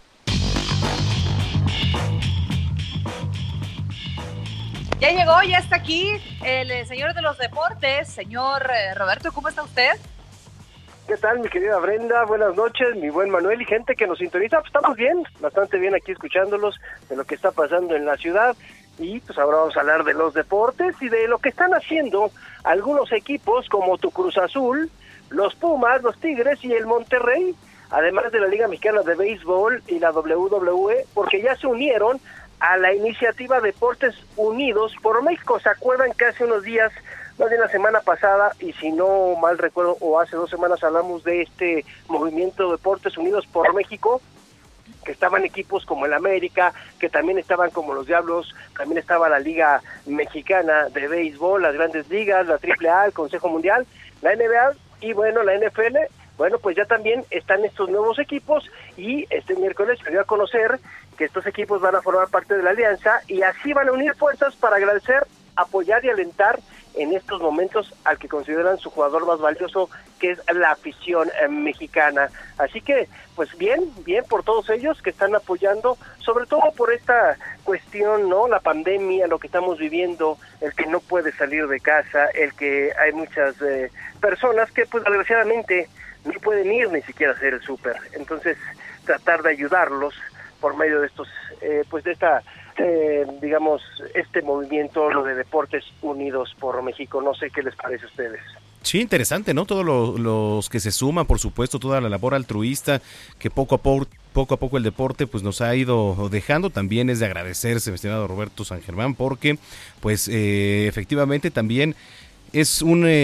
[SPEAKER 5] Ya llegó, ya está aquí el señor de los deportes, señor Roberto, ¿cómo está usted?
[SPEAKER 17] ¿Qué tal, mi querida Brenda? Buenas noches, mi buen Manuel y gente que nos sintoniza. Pues estamos bien, bastante bien aquí escuchándolos de lo que está pasando en la ciudad. Y pues ahora vamos a hablar de los deportes y de lo que están haciendo algunos equipos como tu Cruz Azul, los Pumas, los Tigres y el Monterrey. además de la Liga Mexicana de Béisbol y la WWE, porque ya se unieron a la iniciativa Deportes Unidos por México. ¿Se acuerdan que hace unos días, más bien la semana pasada, y si no mal recuerdo, o hace 2 semanas, hablamos de este movimiento Deportes Unidos por México, que estaban equipos como el América, que también estaban como los Diablos, también estaba la Liga Mexicana de Béisbol, las Grandes Ligas, la AAA, el Consejo Mundial, la NBA y bueno, la NFL? Bueno, pues ya también están estos nuevos equipos y este miércoles se dio a conocer que estos equipos van a formar parte de la alianza y así van a unir fuerzas para agradecer, apoyar y alentar en estos momentos al que consideran su jugador más valioso, que es la afición mexicana. Así que, pues bien por todos ellos que están apoyando, sobre todo por esta cuestión, ¿no? La pandemia, lo que estamos viviendo, el que no puede salir de casa, el que hay muchas personas que, pues desgraciadamente, no pueden ir ni siquiera a hacer el súper. Entonces, tratar de ayudarlos por medio de estos, pues de esta... digamos, este movimiento, lo de Deportes Unidos por México. No sé qué les parece a ustedes.
[SPEAKER 4] Sí, interesante, ¿no? Todos los que se suman, por supuesto, toda la labor altruista que poco a poco el deporte pues nos ha ido dejando, también es de agradecerse, mi estimado Roberto San Germán, porque pues efectivamente también es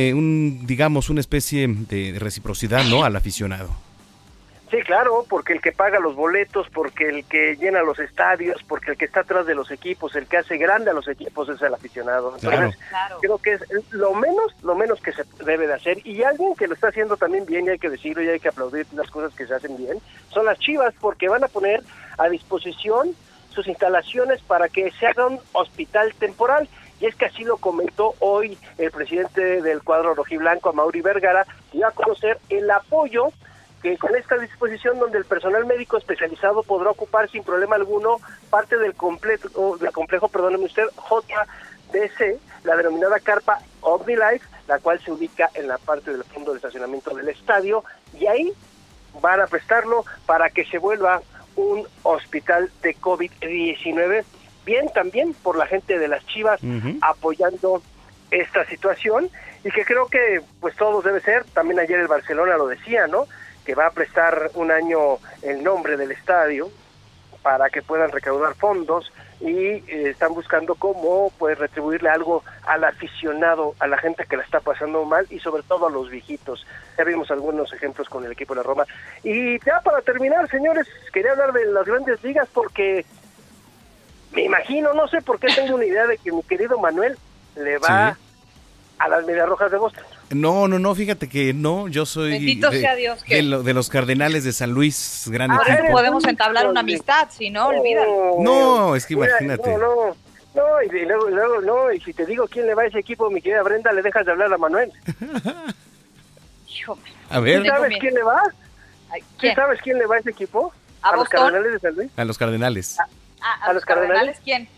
[SPEAKER 4] digamos, una especie de reciprocidad, ¿no? Al aficionado.
[SPEAKER 17] Sí, claro, porque el que paga los boletos, porque el que llena los estadios, porque el que está atrás de los equipos, el que hace grande a los equipos es el aficionado. Entonces, creo que es lo menos que se debe de hacer. Y alguien que lo está haciendo también bien, y hay que decirlo, y hay que aplaudir las cosas que se hacen bien, son las Chivas, porque van a poner a disposición sus instalaciones para que se haga un hospital temporal. Y es que así lo comentó hoy el presidente del cuadro rojiblanco, Amaury Vergara, que iba a conocer el apoyo que con esta disposición donde el personal médico especializado podrá ocupar sin problema alguno parte del complejo, perdóneme usted, JDC, la denominada carpa OmniLife, la cual se ubica en la parte del fondo de estacionamiento del estadio, y ahí van a prestarlo para que se vuelva un hospital de COVID-19. Bien, también por la gente de las Chivas apoyando esta situación, y que creo que pues todos debe ser. También ayer el Barcelona lo decía, ¿no?, que va a prestar un año el nombre del estadio para que puedan recaudar fondos, y están buscando cómo pues retribuirle algo al aficionado, a la gente que la está pasando mal, y sobre todo a los viejitos. Ya vimos algunos ejemplos con el equipo de la Roma. Y ya para terminar, señores, quería hablar de las Grandes Ligas, porque me imagino, no sé por qué tengo una idea de que mi querido Manuel le va a las Medias Rojas de Boston.
[SPEAKER 4] No, fíjate que no, yo soy
[SPEAKER 5] Bendito sea Dios,
[SPEAKER 4] de los Cardenales de San Luis, gran
[SPEAKER 5] Ahora
[SPEAKER 4] equipo.
[SPEAKER 5] podemos entablar una amistad, si no, olvídalo.
[SPEAKER 4] No, es que imagínate.
[SPEAKER 17] Y si te digo quién le va a ese equipo, mi querida Brenda, le dejas de hablar a Manuel.
[SPEAKER 4] A ver.
[SPEAKER 17] ¿Sabes quién le va?
[SPEAKER 5] ¿Quién?
[SPEAKER 17] ¿Sabes quién le va a ese equipo?
[SPEAKER 5] ¿A
[SPEAKER 17] los
[SPEAKER 5] Boston?
[SPEAKER 17] Cardenales de San Luis.
[SPEAKER 4] A los Cardenales.
[SPEAKER 5] ¿A los Cardenales quién?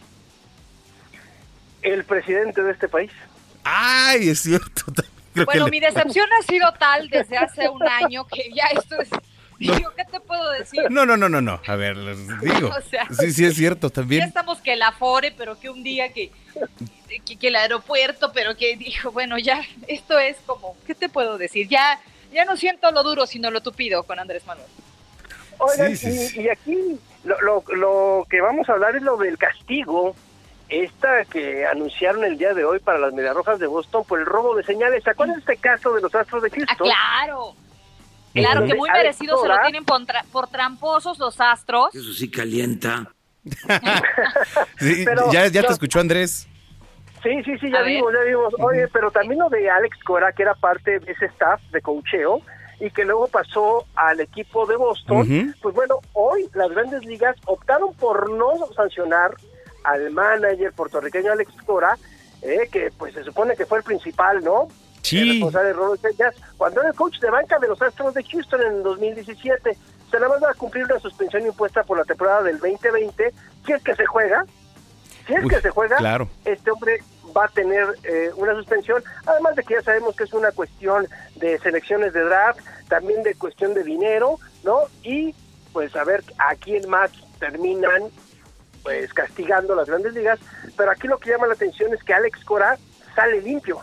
[SPEAKER 17] El presidente de este país.
[SPEAKER 4] Ay, es cierto.
[SPEAKER 5] Bueno, mi decepción ha sido tal desde hace un año que ya esto es... Digo, ¿qué te puedo decir?
[SPEAKER 4] No. A ver, les digo.
[SPEAKER 5] O sea,
[SPEAKER 4] sí, es cierto también.
[SPEAKER 5] Ya estamos que el Afore, pero que un día que el aeropuerto, pero que dijo, bueno, ya, esto es como, ¿qué te puedo decir? Ya no siento lo duro, sino lo tupido con Andrés Manuel.
[SPEAKER 17] Oigan, y aquí lo que vamos a hablar es lo del castigo, esta que anunciaron el día de hoy para las Medias Rojas de Boston por el robo de señales. ¿Se acuerdan de este caso de los Astros de Houston?
[SPEAKER 5] Claro. Claro que muy merecido se lo tienen por tramposos los Astros.
[SPEAKER 18] Eso sí calienta.
[SPEAKER 4] Sí, pero, ya te escuchó Andrés.
[SPEAKER 17] Sí, ya vimos. Oye, pero también lo de Alex Cora, que era parte de ese staff de coacheo y que luego pasó al equipo de Boston. Pues bueno, hoy las Grandes Ligas optaron por no sancionar al manager puertorriqueño Alex Cora, que pues se supone que fue el principal, ¿no?
[SPEAKER 4] Sí.
[SPEAKER 17] El responsable de Robert Jazz, cuando era el coach de banca de los Astros de Houston en el 2017. Se le va a cumplir una suspensión impuesta por la temporada del 2020. Si es que se juega,
[SPEAKER 4] claro,
[SPEAKER 17] este hombre va a tener una suspensión, además de que ya sabemos que es una cuestión de selecciones de draft, también de cuestión de dinero, ¿no? Y pues a ver a quién más terminan pues castigando las Grandes Ligas, pero aquí lo que llama la atención es que Alex Cora sale limpio.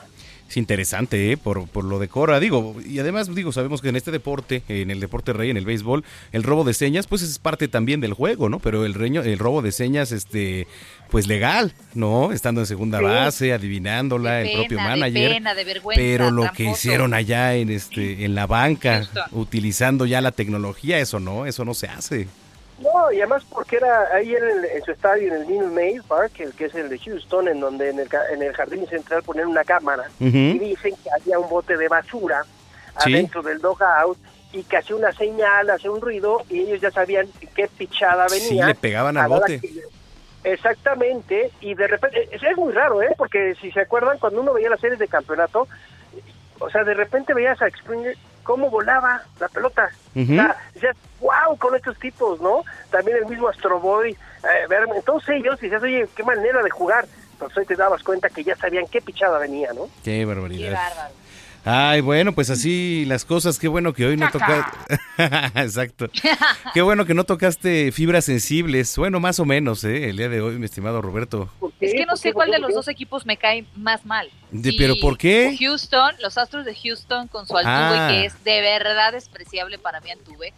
[SPEAKER 4] Es interesante, por lo de Cora, y además, sabemos que en este deporte, en el deporte rey, en el béisbol, el robo de señas, pues es parte también del juego, ¿no? Pero el robo de señas, pues legal, ¿no? Estando en segunda base, adivinándola, el propio manager.
[SPEAKER 5] De pena, de vergüenza,
[SPEAKER 4] pero lo
[SPEAKER 5] tramposo.
[SPEAKER 4] que hicieron allá en la banca, utilizando ya la tecnología, eso no se hace.
[SPEAKER 17] No, y además porque era ahí en su estadio, en el Minute Maid Park, el que es el de Houston, en donde en el jardín central ponen una cámara, y dicen que había un bote de basura adentro del dugout, y que hacía una señal, hacía un ruido, y ellos ya sabían qué pichada venía.
[SPEAKER 4] Sí, le pegaban al bote.
[SPEAKER 17] Exactamente, y de repente, es muy raro, porque si se acuerdan, cuando uno veía las series de campeonato, o sea, de repente veías a Springer cómo volaba la pelota. O sea, decías, wow, con estos tipos, ¿no? También el mismo Astro Boy, todos ellos, decías, oye, qué manera de jugar. Pues hoy te dabas cuenta que ya sabían qué pichada venía, ¿no?
[SPEAKER 4] Qué barbaridad.
[SPEAKER 5] Qué bárbaro.
[SPEAKER 4] Ay, bueno, pues así las cosas, qué bueno que hoy no tocaste. Exacto. Qué bueno que no tocaste fibras sensibles. Bueno, más o menos, el día de hoy, mi estimado Roberto.
[SPEAKER 5] Es que no sé cuál de los dos equipos me cae más mal.
[SPEAKER 4] ¿Pero por qué?
[SPEAKER 5] Houston, los Astros de Houston con su Altuve, que es de verdad despreciable para mí Altuve.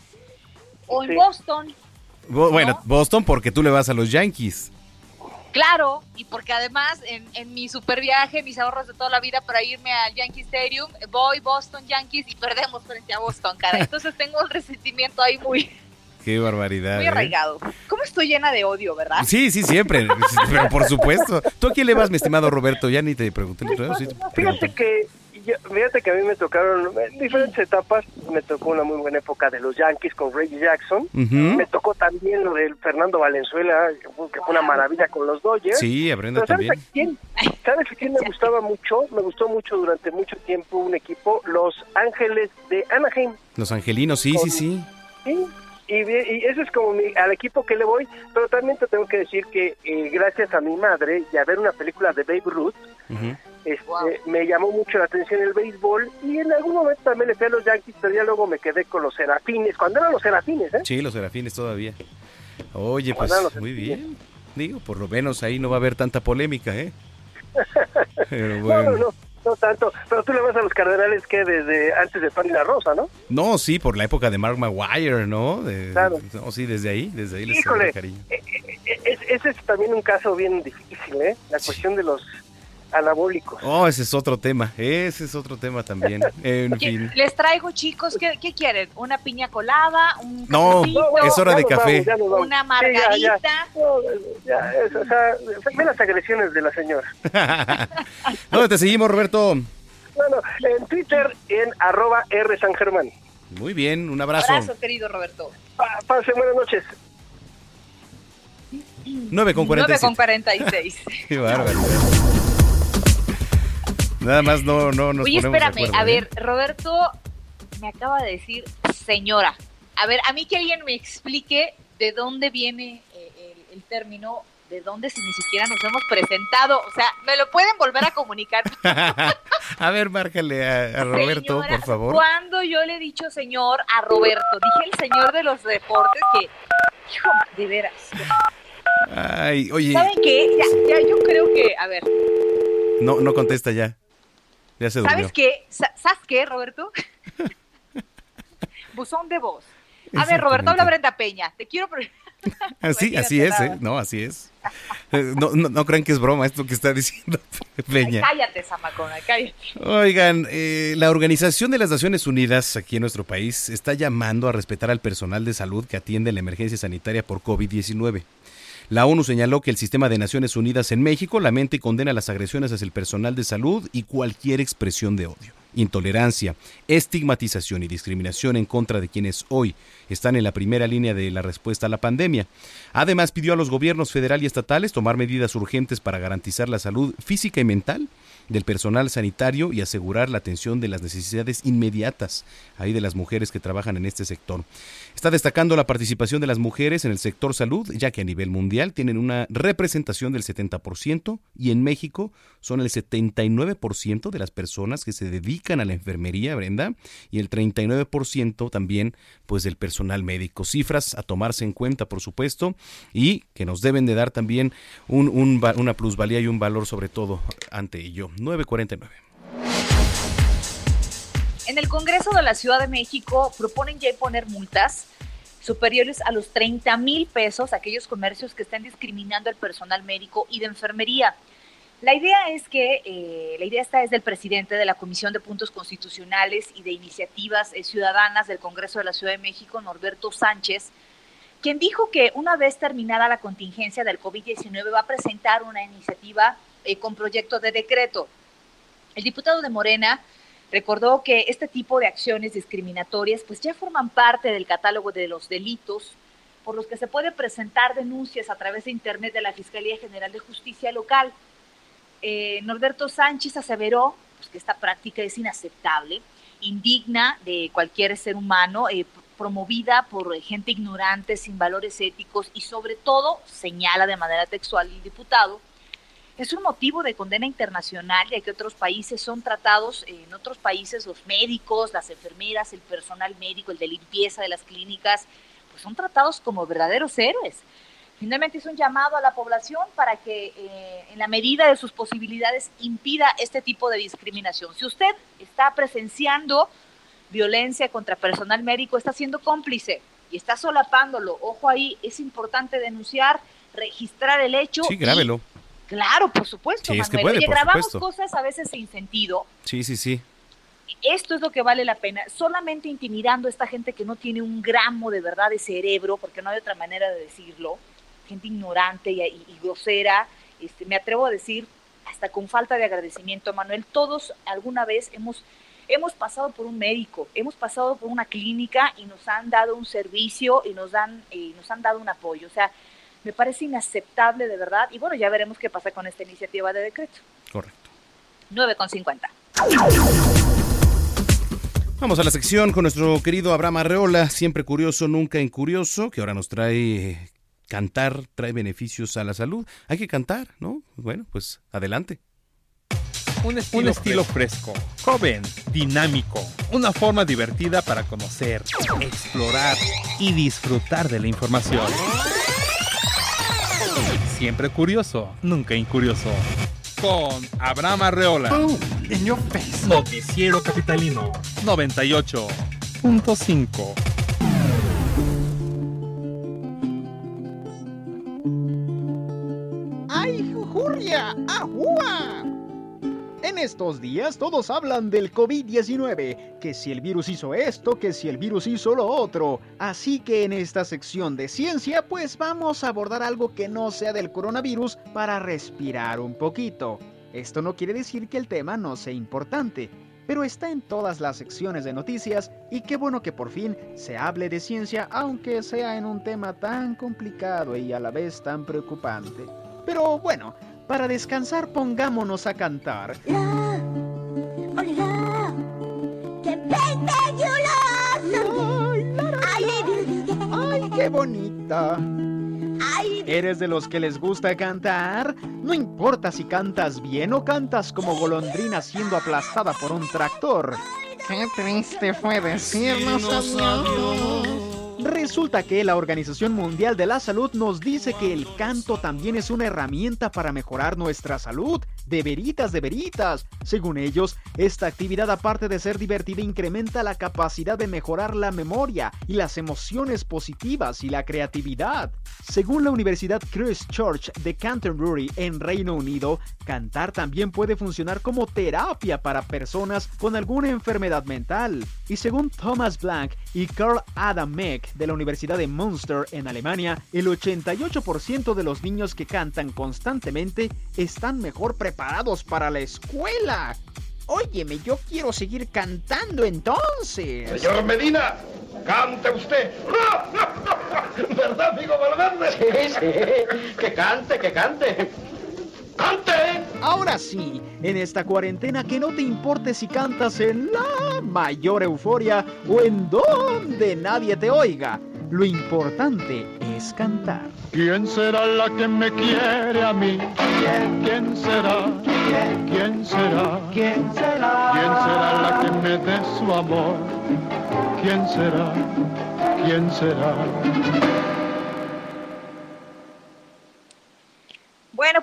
[SPEAKER 5] O en Boston.
[SPEAKER 4] Bueno, ¿no? Boston porque tú le vas a los Yankees.
[SPEAKER 5] Claro, y porque además en mi super viaje, mis ahorros de toda la vida para irme al Yankee Stadium, voy Boston Yankees y perdemos frente a Boston, cara. Entonces tengo un resentimiento ahí muy...
[SPEAKER 4] Qué barbaridad.
[SPEAKER 5] Muy arraigado. ¿Cómo estoy llena de odio, verdad?
[SPEAKER 4] Sí, siempre, pero por supuesto. ¿Tú a quién le vas, mi estimado Roberto? Ya ni te pregunté.
[SPEAKER 17] Fíjate que a mí me tocaron en diferentes etapas. Me tocó una muy buena época de los Yankees con Reggie Jackson. Me tocó también lo del Fernando Valenzuela, que fue una maravilla con los Dodgers.
[SPEAKER 4] Sí, a Brenda también.
[SPEAKER 17] ¿Sabes a quién me gustaba mucho? Me gustó mucho durante mucho tiempo un equipo, Los Ángeles de Anaheim.
[SPEAKER 4] Los Angelinos, sí.
[SPEAKER 17] Sí, y ese es como al equipo que le voy, pero también te tengo que decir que gracias a mi madre y a ver una película de Babe Ruth, me llamó mucho la atención el béisbol, y en algún momento también le fui a los Yankees, pero ya luego me quedé con los Serafines, cuando eran los Serafines,
[SPEAKER 4] Sí, los Serafines todavía. Oye, pues muy bien. Por lo menos ahí no va a haber tanta polémica, Pero bueno.
[SPEAKER 17] No tanto, pero tú le vas a los Cardenales que desde antes de Pan y la Rosa, ¿no?
[SPEAKER 4] No, sí, por la época de Mark Maguire, ¿no?
[SPEAKER 17] Claro.
[SPEAKER 4] No, sí, desde ahí les
[SPEAKER 17] Híjole,
[SPEAKER 4] cariño.
[SPEAKER 17] Ese es también un caso bien difícil, La cuestión de los anabólicos.
[SPEAKER 4] Ese es otro tema también. En fin.
[SPEAKER 5] Les traigo, chicos, ¿qué quieren? ¿Una piña colada? ¿Un
[SPEAKER 4] cafecito? No, es hora de café.
[SPEAKER 17] Vamos.
[SPEAKER 5] ¿Una margarita?
[SPEAKER 17] Ve las agresiones de la señora.
[SPEAKER 4] ¿Dónde te seguimos, Roberto?
[SPEAKER 17] Bueno, en Twitter, en @rsangerman.
[SPEAKER 4] Muy bien, un abrazo.
[SPEAKER 5] Abrazo, querido Roberto.
[SPEAKER 17] Pase, buenas noches.
[SPEAKER 5] 9:46.
[SPEAKER 4] Qué bárbaro. Nada más no nos
[SPEAKER 5] Oye,
[SPEAKER 4] ponemos
[SPEAKER 5] espérame,
[SPEAKER 4] de acuerdo,
[SPEAKER 5] a ver, Roberto me acaba de decir señora. A ver, a mí que alguien me explique de dónde viene el término, de dónde si ni siquiera nos hemos presentado. O sea, ¿me lo pueden volver a comunicar?
[SPEAKER 4] A ver, márcale a Roberto,
[SPEAKER 5] señora,
[SPEAKER 4] por favor.
[SPEAKER 5] ¿Cuándo yo le he dicho señor a Roberto? Dije el señor de los deportes que, hijo, de veras.
[SPEAKER 4] Ay, oye.
[SPEAKER 5] ¿Saben qué? Ya yo creo que, a ver.
[SPEAKER 4] No contesta ya. Ya se durmió.
[SPEAKER 5] ¿Sabes qué? ¿Sabes qué, Roberto? Buzón de voz. A ver, Roberto, habla Brenda Peña. Te quiero...
[SPEAKER 4] Así es, No, así es. No crean que es broma esto que está diciendo Peña.
[SPEAKER 5] Ay, cállate, Zamacona, cállate.
[SPEAKER 4] Oigan, la Organización de las Naciones Unidas aquí en nuestro país está llamando a respetar al personal de salud que atiende la emergencia sanitaria por COVID-19. La ONU señaló que el sistema de Naciones Unidas en México lamenta y condena las agresiones hacia el personal de salud y cualquier expresión de odio, intolerancia, estigmatización y discriminación en contra de quienes hoy están en la primera línea de la respuesta a la pandemia. Además, pidió a los gobiernos federal y estatales tomar medidas urgentes para garantizar la salud física y mental del personal sanitario y asegurar la atención de las necesidades inmediatas ahí de las mujeres que trabajan en este sector. Está destacando la participación de las mujeres en el sector salud, ya que a nivel mundial tienen una representación del 70% y en México son el 79% de las personas que se dedican a la enfermería, Brenda, y el 39% también pues del personal médico. Cifras a tomarse en cuenta, por supuesto, y que nos deben de dar también una plusvalía y un valor sobre todo ante ello. 9:49.
[SPEAKER 5] En el Congreso de la Ciudad de México proponen ya imponer multas superiores a los 30,000 pesos a aquellos comercios que estén discriminando al personal médico y de enfermería. La idea esta es del presidente de la Comisión de Puntos Constitucionales y de Iniciativas Ciudadanas del Congreso de la Ciudad de México, Norberto Sánchez, quien dijo que una vez terminada la contingencia del COVID-19 va a presentar una iniciativa con proyecto de decreto. El diputado de Morena recordó que este tipo de acciones discriminatorias pues ya forman parte del catálogo de los delitos por los que se puede presentar denuncias a través de Internet de la Fiscalía General de Justicia local. Norberto Sánchez aseveró pues, que esta práctica es inaceptable, indigna de cualquier ser humano, promovida por gente ignorante, sin valores éticos y sobre todo, señala de manera textual el diputado, es un motivo de condena internacional, ya que otros países son tratados, en otros países los médicos, las enfermeras, el personal médico, el de limpieza de las clínicas, pues son tratados como verdaderos héroes. Finalmente es un llamado a la población para que en la medida de sus posibilidades impida este tipo de discriminación. Si usted está presenciando violencia contra personal médico, está siendo cómplice y está solapándolo, ojo ahí, es importante denunciar, registrar el hecho.
[SPEAKER 4] Sí, grábelo.
[SPEAKER 5] Claro, por supuesto,
[SPEAKER 4] sí,
[SPEAKER 5] Manuel.
[SPEAKER 4] es que puede,
[SPEAKER 5] Oye,
[SPEAKER 4] por
[SPEAKER 5] grabamos
[SPEAKER 4] supuesto.
[SPEAKER 5] cosas a veces sin sentido.
[SPEAKER 4] Sí, sí, sí.
[SPEAKER 5] Esto es lo que vale la pena. Solamente intimidando a esta gente que no tiene un gramo de verdad de cerebro, porque no hay otra manera de decirlo, gente ignorante y grosera, me atrevo a decir, hasta con falta de agradecimiento, Manuel. Todos alguna vez hemos pasado por un médico, hemos pasado por una clínica y nos han dado un servicio y nos han dado un apoyo. O sea, me parece inaceptable de verdad. Y bueno, ya veremos qué pasa con esta iniciativa de decreto.
[SPEAKER 4] Correcto.
[SPEAKER 5] 9:50.
[SPEAKER 4] Vamos a la sección con nuestro querido Abraham Arreola, siempre curioso, nunca incurioso, que ahora nos trae cantar, trae beneficios a la salud. Hay que cantar, ¿no? Bueno, pues adelante.
[SPEAKER 18] Un estilo fresco, joven, dinámico, una forma divertida para conocer, explorar y disfrutar de la información. Siempre curioso, nunca incurioso. Con Abraham Arreola.
[SPEAKER 19] In your face.
[SPEAKER 18] Noticiero Capitalino 98.5.
[SPEAKER 19] ¡Ay, jujurria! ¡Ajúa! En estos días todos hablan del COVID-19, que si el virus hizo esto, que si el virus hizo lo otro. Así que en esta sección de ciencia, pues vamos a abordar algo que no sea del coronavirus para respirar un poquito. Esto no quiere decir que el tema no sea importante, pero está en todas las secciones de noticias y qué bueno que por fin se hable de ciencia, aunque sea en un tema tan complicado y a la vez tan preocupante. Pero bueno, para descansar pongámonos a cantar. ¡Ay, qué bonita! ¿Eres de los que les gusta cantar? No importa si cantas bien o cantas como golondrina siendo aplastada por un tractor. ¡Qué triste fue decirnos adiós! Resulta que la Organización Mundial de la Salud nos dice que el canto también es una herramienta para mejorar nuestra salud. De veritas, de veritas. Según ellos, esta actividad, aparte de ser divertida, incrementa la capacidad de mejorar la memoria y las emociones positivas y la creatividad. Según la Universidad Christ Church de Canterbury en Reino Unido, cantar también puede funcionar como terapia para personas con alguna enfermedad mental. Y según Thomas Blank y Karl Adam Meck de la Universidad de Münster en Alemania, el 88% de los niños que cantan constantemente están mejor preparados para la escuela. Óyeme, yo quiero seguir cantando entonces.
[SPEAKER 20] Señor Medina, cante usted. ¿Verdad, amigo Valverde?
[SPEAKER 19] Sí. Que cante, que cante. ¡Cante! Ahora sí, en esta cuarentena que no te importe si cantas en la mayor euforia o en donde nadie te oiga. Lo importante es cantar.
[SPEAKER 20] ¿Quién será la que me quiere a mí? ¿Quién será? ¿Quién será?
[SPEAKER 19] ¿Quién será?
[SPEAKER 20] ¿Quién será la que me dé su amor? ¿Quién será? ¿Quién será?
[SPEAKER 5] Bueno,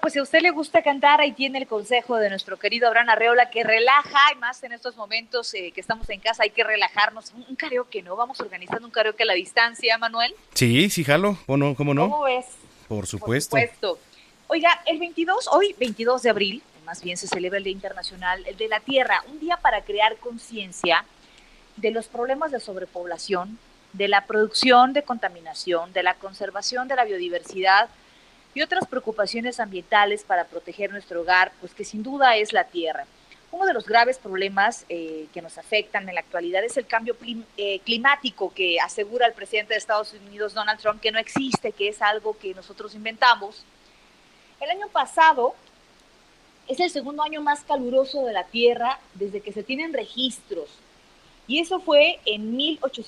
[SPEAKER 5] pues si a usted le gusta cantar, ahí tiene el consejo de nuestro querido Abraham Arreola, que relaja, y más en estos momentos que estamos en casa, hay que relajarnos. Un karaoke, ¿no? Vamos organizando un karaoke a la distancia, Manuel.
[SPEAKER 4] Sí, jalo. Bueno, ¿cómo no?
[SPEAKER 5] ¿Cómo ves?
[SPEAKER 4] Por supuesto.
[SPEAKER 5] Oiga, hoy 22 de abril, más bien se celebra el Día Internacional de la Tierra, un día para crear conciencia de los problemas de sobrepoblación, de la producción de contaminación, de la conservación de la biodiversidad y otras preocupaciones ambientales para proteger nuestro hogar, pues que sin duda es la tierra. Uno de los graves problemas que nos afectan en la actualidad es el cambio climático, que asegura el presidente de Estados Unidos, Donald Trump, que no existe, que es algo que nosotros inventamos. El año pasado es el segundo año más caluroso de la Tierra desde que se tienen registros, y eso fue en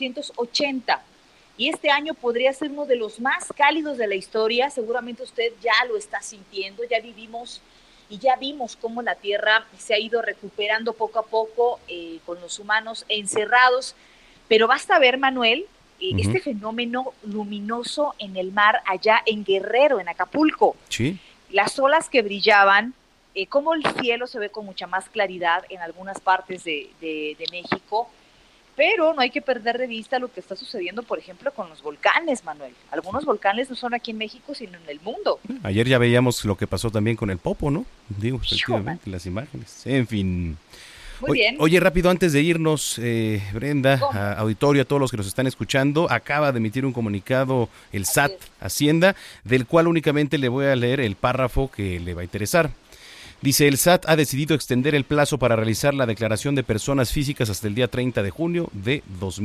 [SPEAKER 5] 1880. Y este año podría ser uno de los más cálidos de la historia. Seguramente usted ya lo está sintiendo, ya vivimos y ya vimos cómo la Tierra se ha ido recuperando poco a poco con los humanos encerrados. Pero basta ver, Manuel, este fenómeno luminoso en el mar allá en Guerrero, en Acapulco.
[SPEAKER 4] Sí.
[SPEAKER 5] Las olas que brillaban, cómo el cielo se ve con mucha más claridad en algunas partes de México. Pero no hay que perder de vista lo que está sucediendo, por ejemplo, con los volcanes, Manuel. Algunos volcanes no son aquí en México, sino en el mundo.
[SPEAKER 4] Ayer ya veíamos lo que pasó también con el Popo, ¿no? Digo, efectivamente, las imágenes. En fin.
[SPEAKER 5] Muy bien.
[SPEAKER 4] Oye, rápido, antes de irnos, Brenda, a auditorio, a todos los que nos están escuchando, acaba de emitir un comunicado el SAT, Hacienda, del cual únicamente le voy a leer el párrafo que le va a interesar. Dice, el SAT ha decidido extender el plazo para realizar la declaración de personas físicas hasta el día 30 de junio de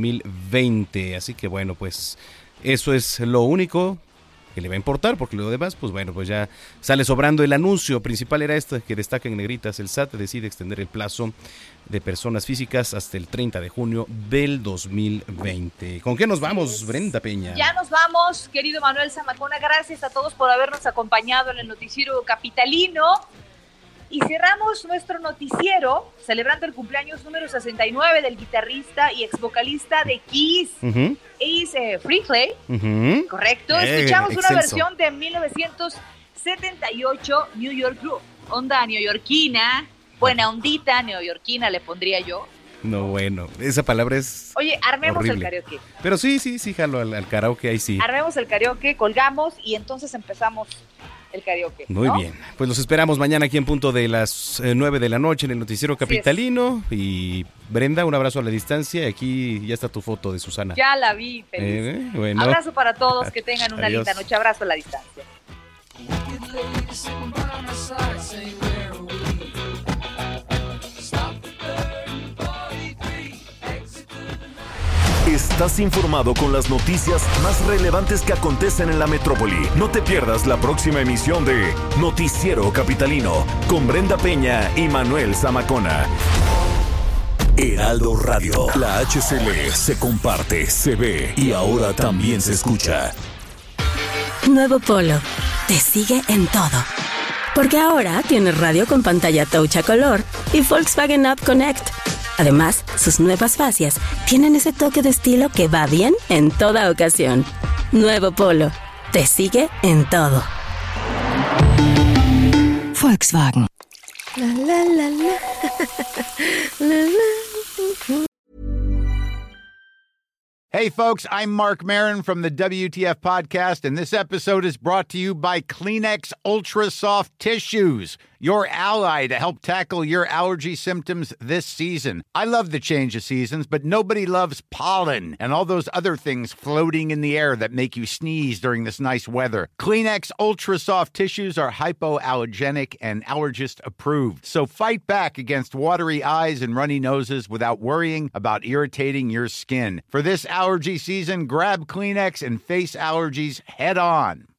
[SPEAKER 4] 2020. Así que bueno, pues eso es lo único que le va a importar, porque lo demás, pues bueno, pues ya sale sobrando. El anuncio principal era este, que destaca en negritas, el SAT decide extender el plazo de personas físicas hasta el 30 de junio del 2020. ¿Con qué nos vamos, Brenda Peña?
[SPEAKER 5] Ya nos vamos, querido Manuel Zamacona. Gracias a todos por habernos acompañado en el noticiero capitalino. Y cerramos nuestro noticiero celebrando el cumpleaños número 69 del guitarrista y ex vocalista de Kiss, Ace Frehley, correcto. Escuchamos una versión de 1978, New York Groove, onda neoyorquina, buena ondita neoyorquina le pondría yo.
[SPEAKER 4] No, bueno, esa palabra es
[SPEAKER 5] Oye, armemos
[SPEAKER 4] horrible.
[SPEAKER 5] El karaoke.
[SPEAKER 4] Pero sí, jalo al karaoke, ahí sí.
[SPEAKER 5] Armemos el karaoke, colgamos y entonces empezamos el karaoke.
[SPEAKER 4] Muy bien, pues los esperamos mañana aquí en punto de las 9 de la noche en el noticiero capitalino. Y Brenda, un abrazo a la distancia. Aquí ya está tu foto de Susana.
[SPEAKER 5] Ya la vi, feliz.
[SPEAKER 4] Bueno.
[SPEAKER 5] Abrazo para todos, que tengan una linda noche. Abrazo a la distancia.
[SPEAKER 3] Estás informado con las noticias más relevantes que acontecen en la metrópoli. No te pierdas la próxima emisión de Noticiero Capitalino con Brenda Peña y Manuel Zamacona. Heraldo Radio. La HCL se comparte, se ve y ahora también se escucha.
[SPEAKER 21] Nuevo Polo. Te sigue en todo. Porque ahora tienes radio con pantalla touch a color y Volkswagen App Connect. Además, sus nuevas fascias tienen ese toque de estilo que va bien en toda ocasión. Nuevo Polo. Te sigue en todo. Volkswagen.
[SPEAKER 22] La, la, la, la. La, la.
[SPEAKER 23] Hey, folks, I'm Mark Maron from the WTF Podcast, and this episode is brought to you by Kleenex Ultra Soft Tissues, your ally to help tackle your allergy symptoms this season. I love the change of seasons, but nobody loves pollen and all those other things floating in the air that make you sneeze during this nice weather. Kleenex Ultra Soft Tissues are hypoallergenic and allergist approved, so fight back against watery eyes and runny noses without worrying about irritating your skin. For this allergy season, grab Kleenex and face allergies head on.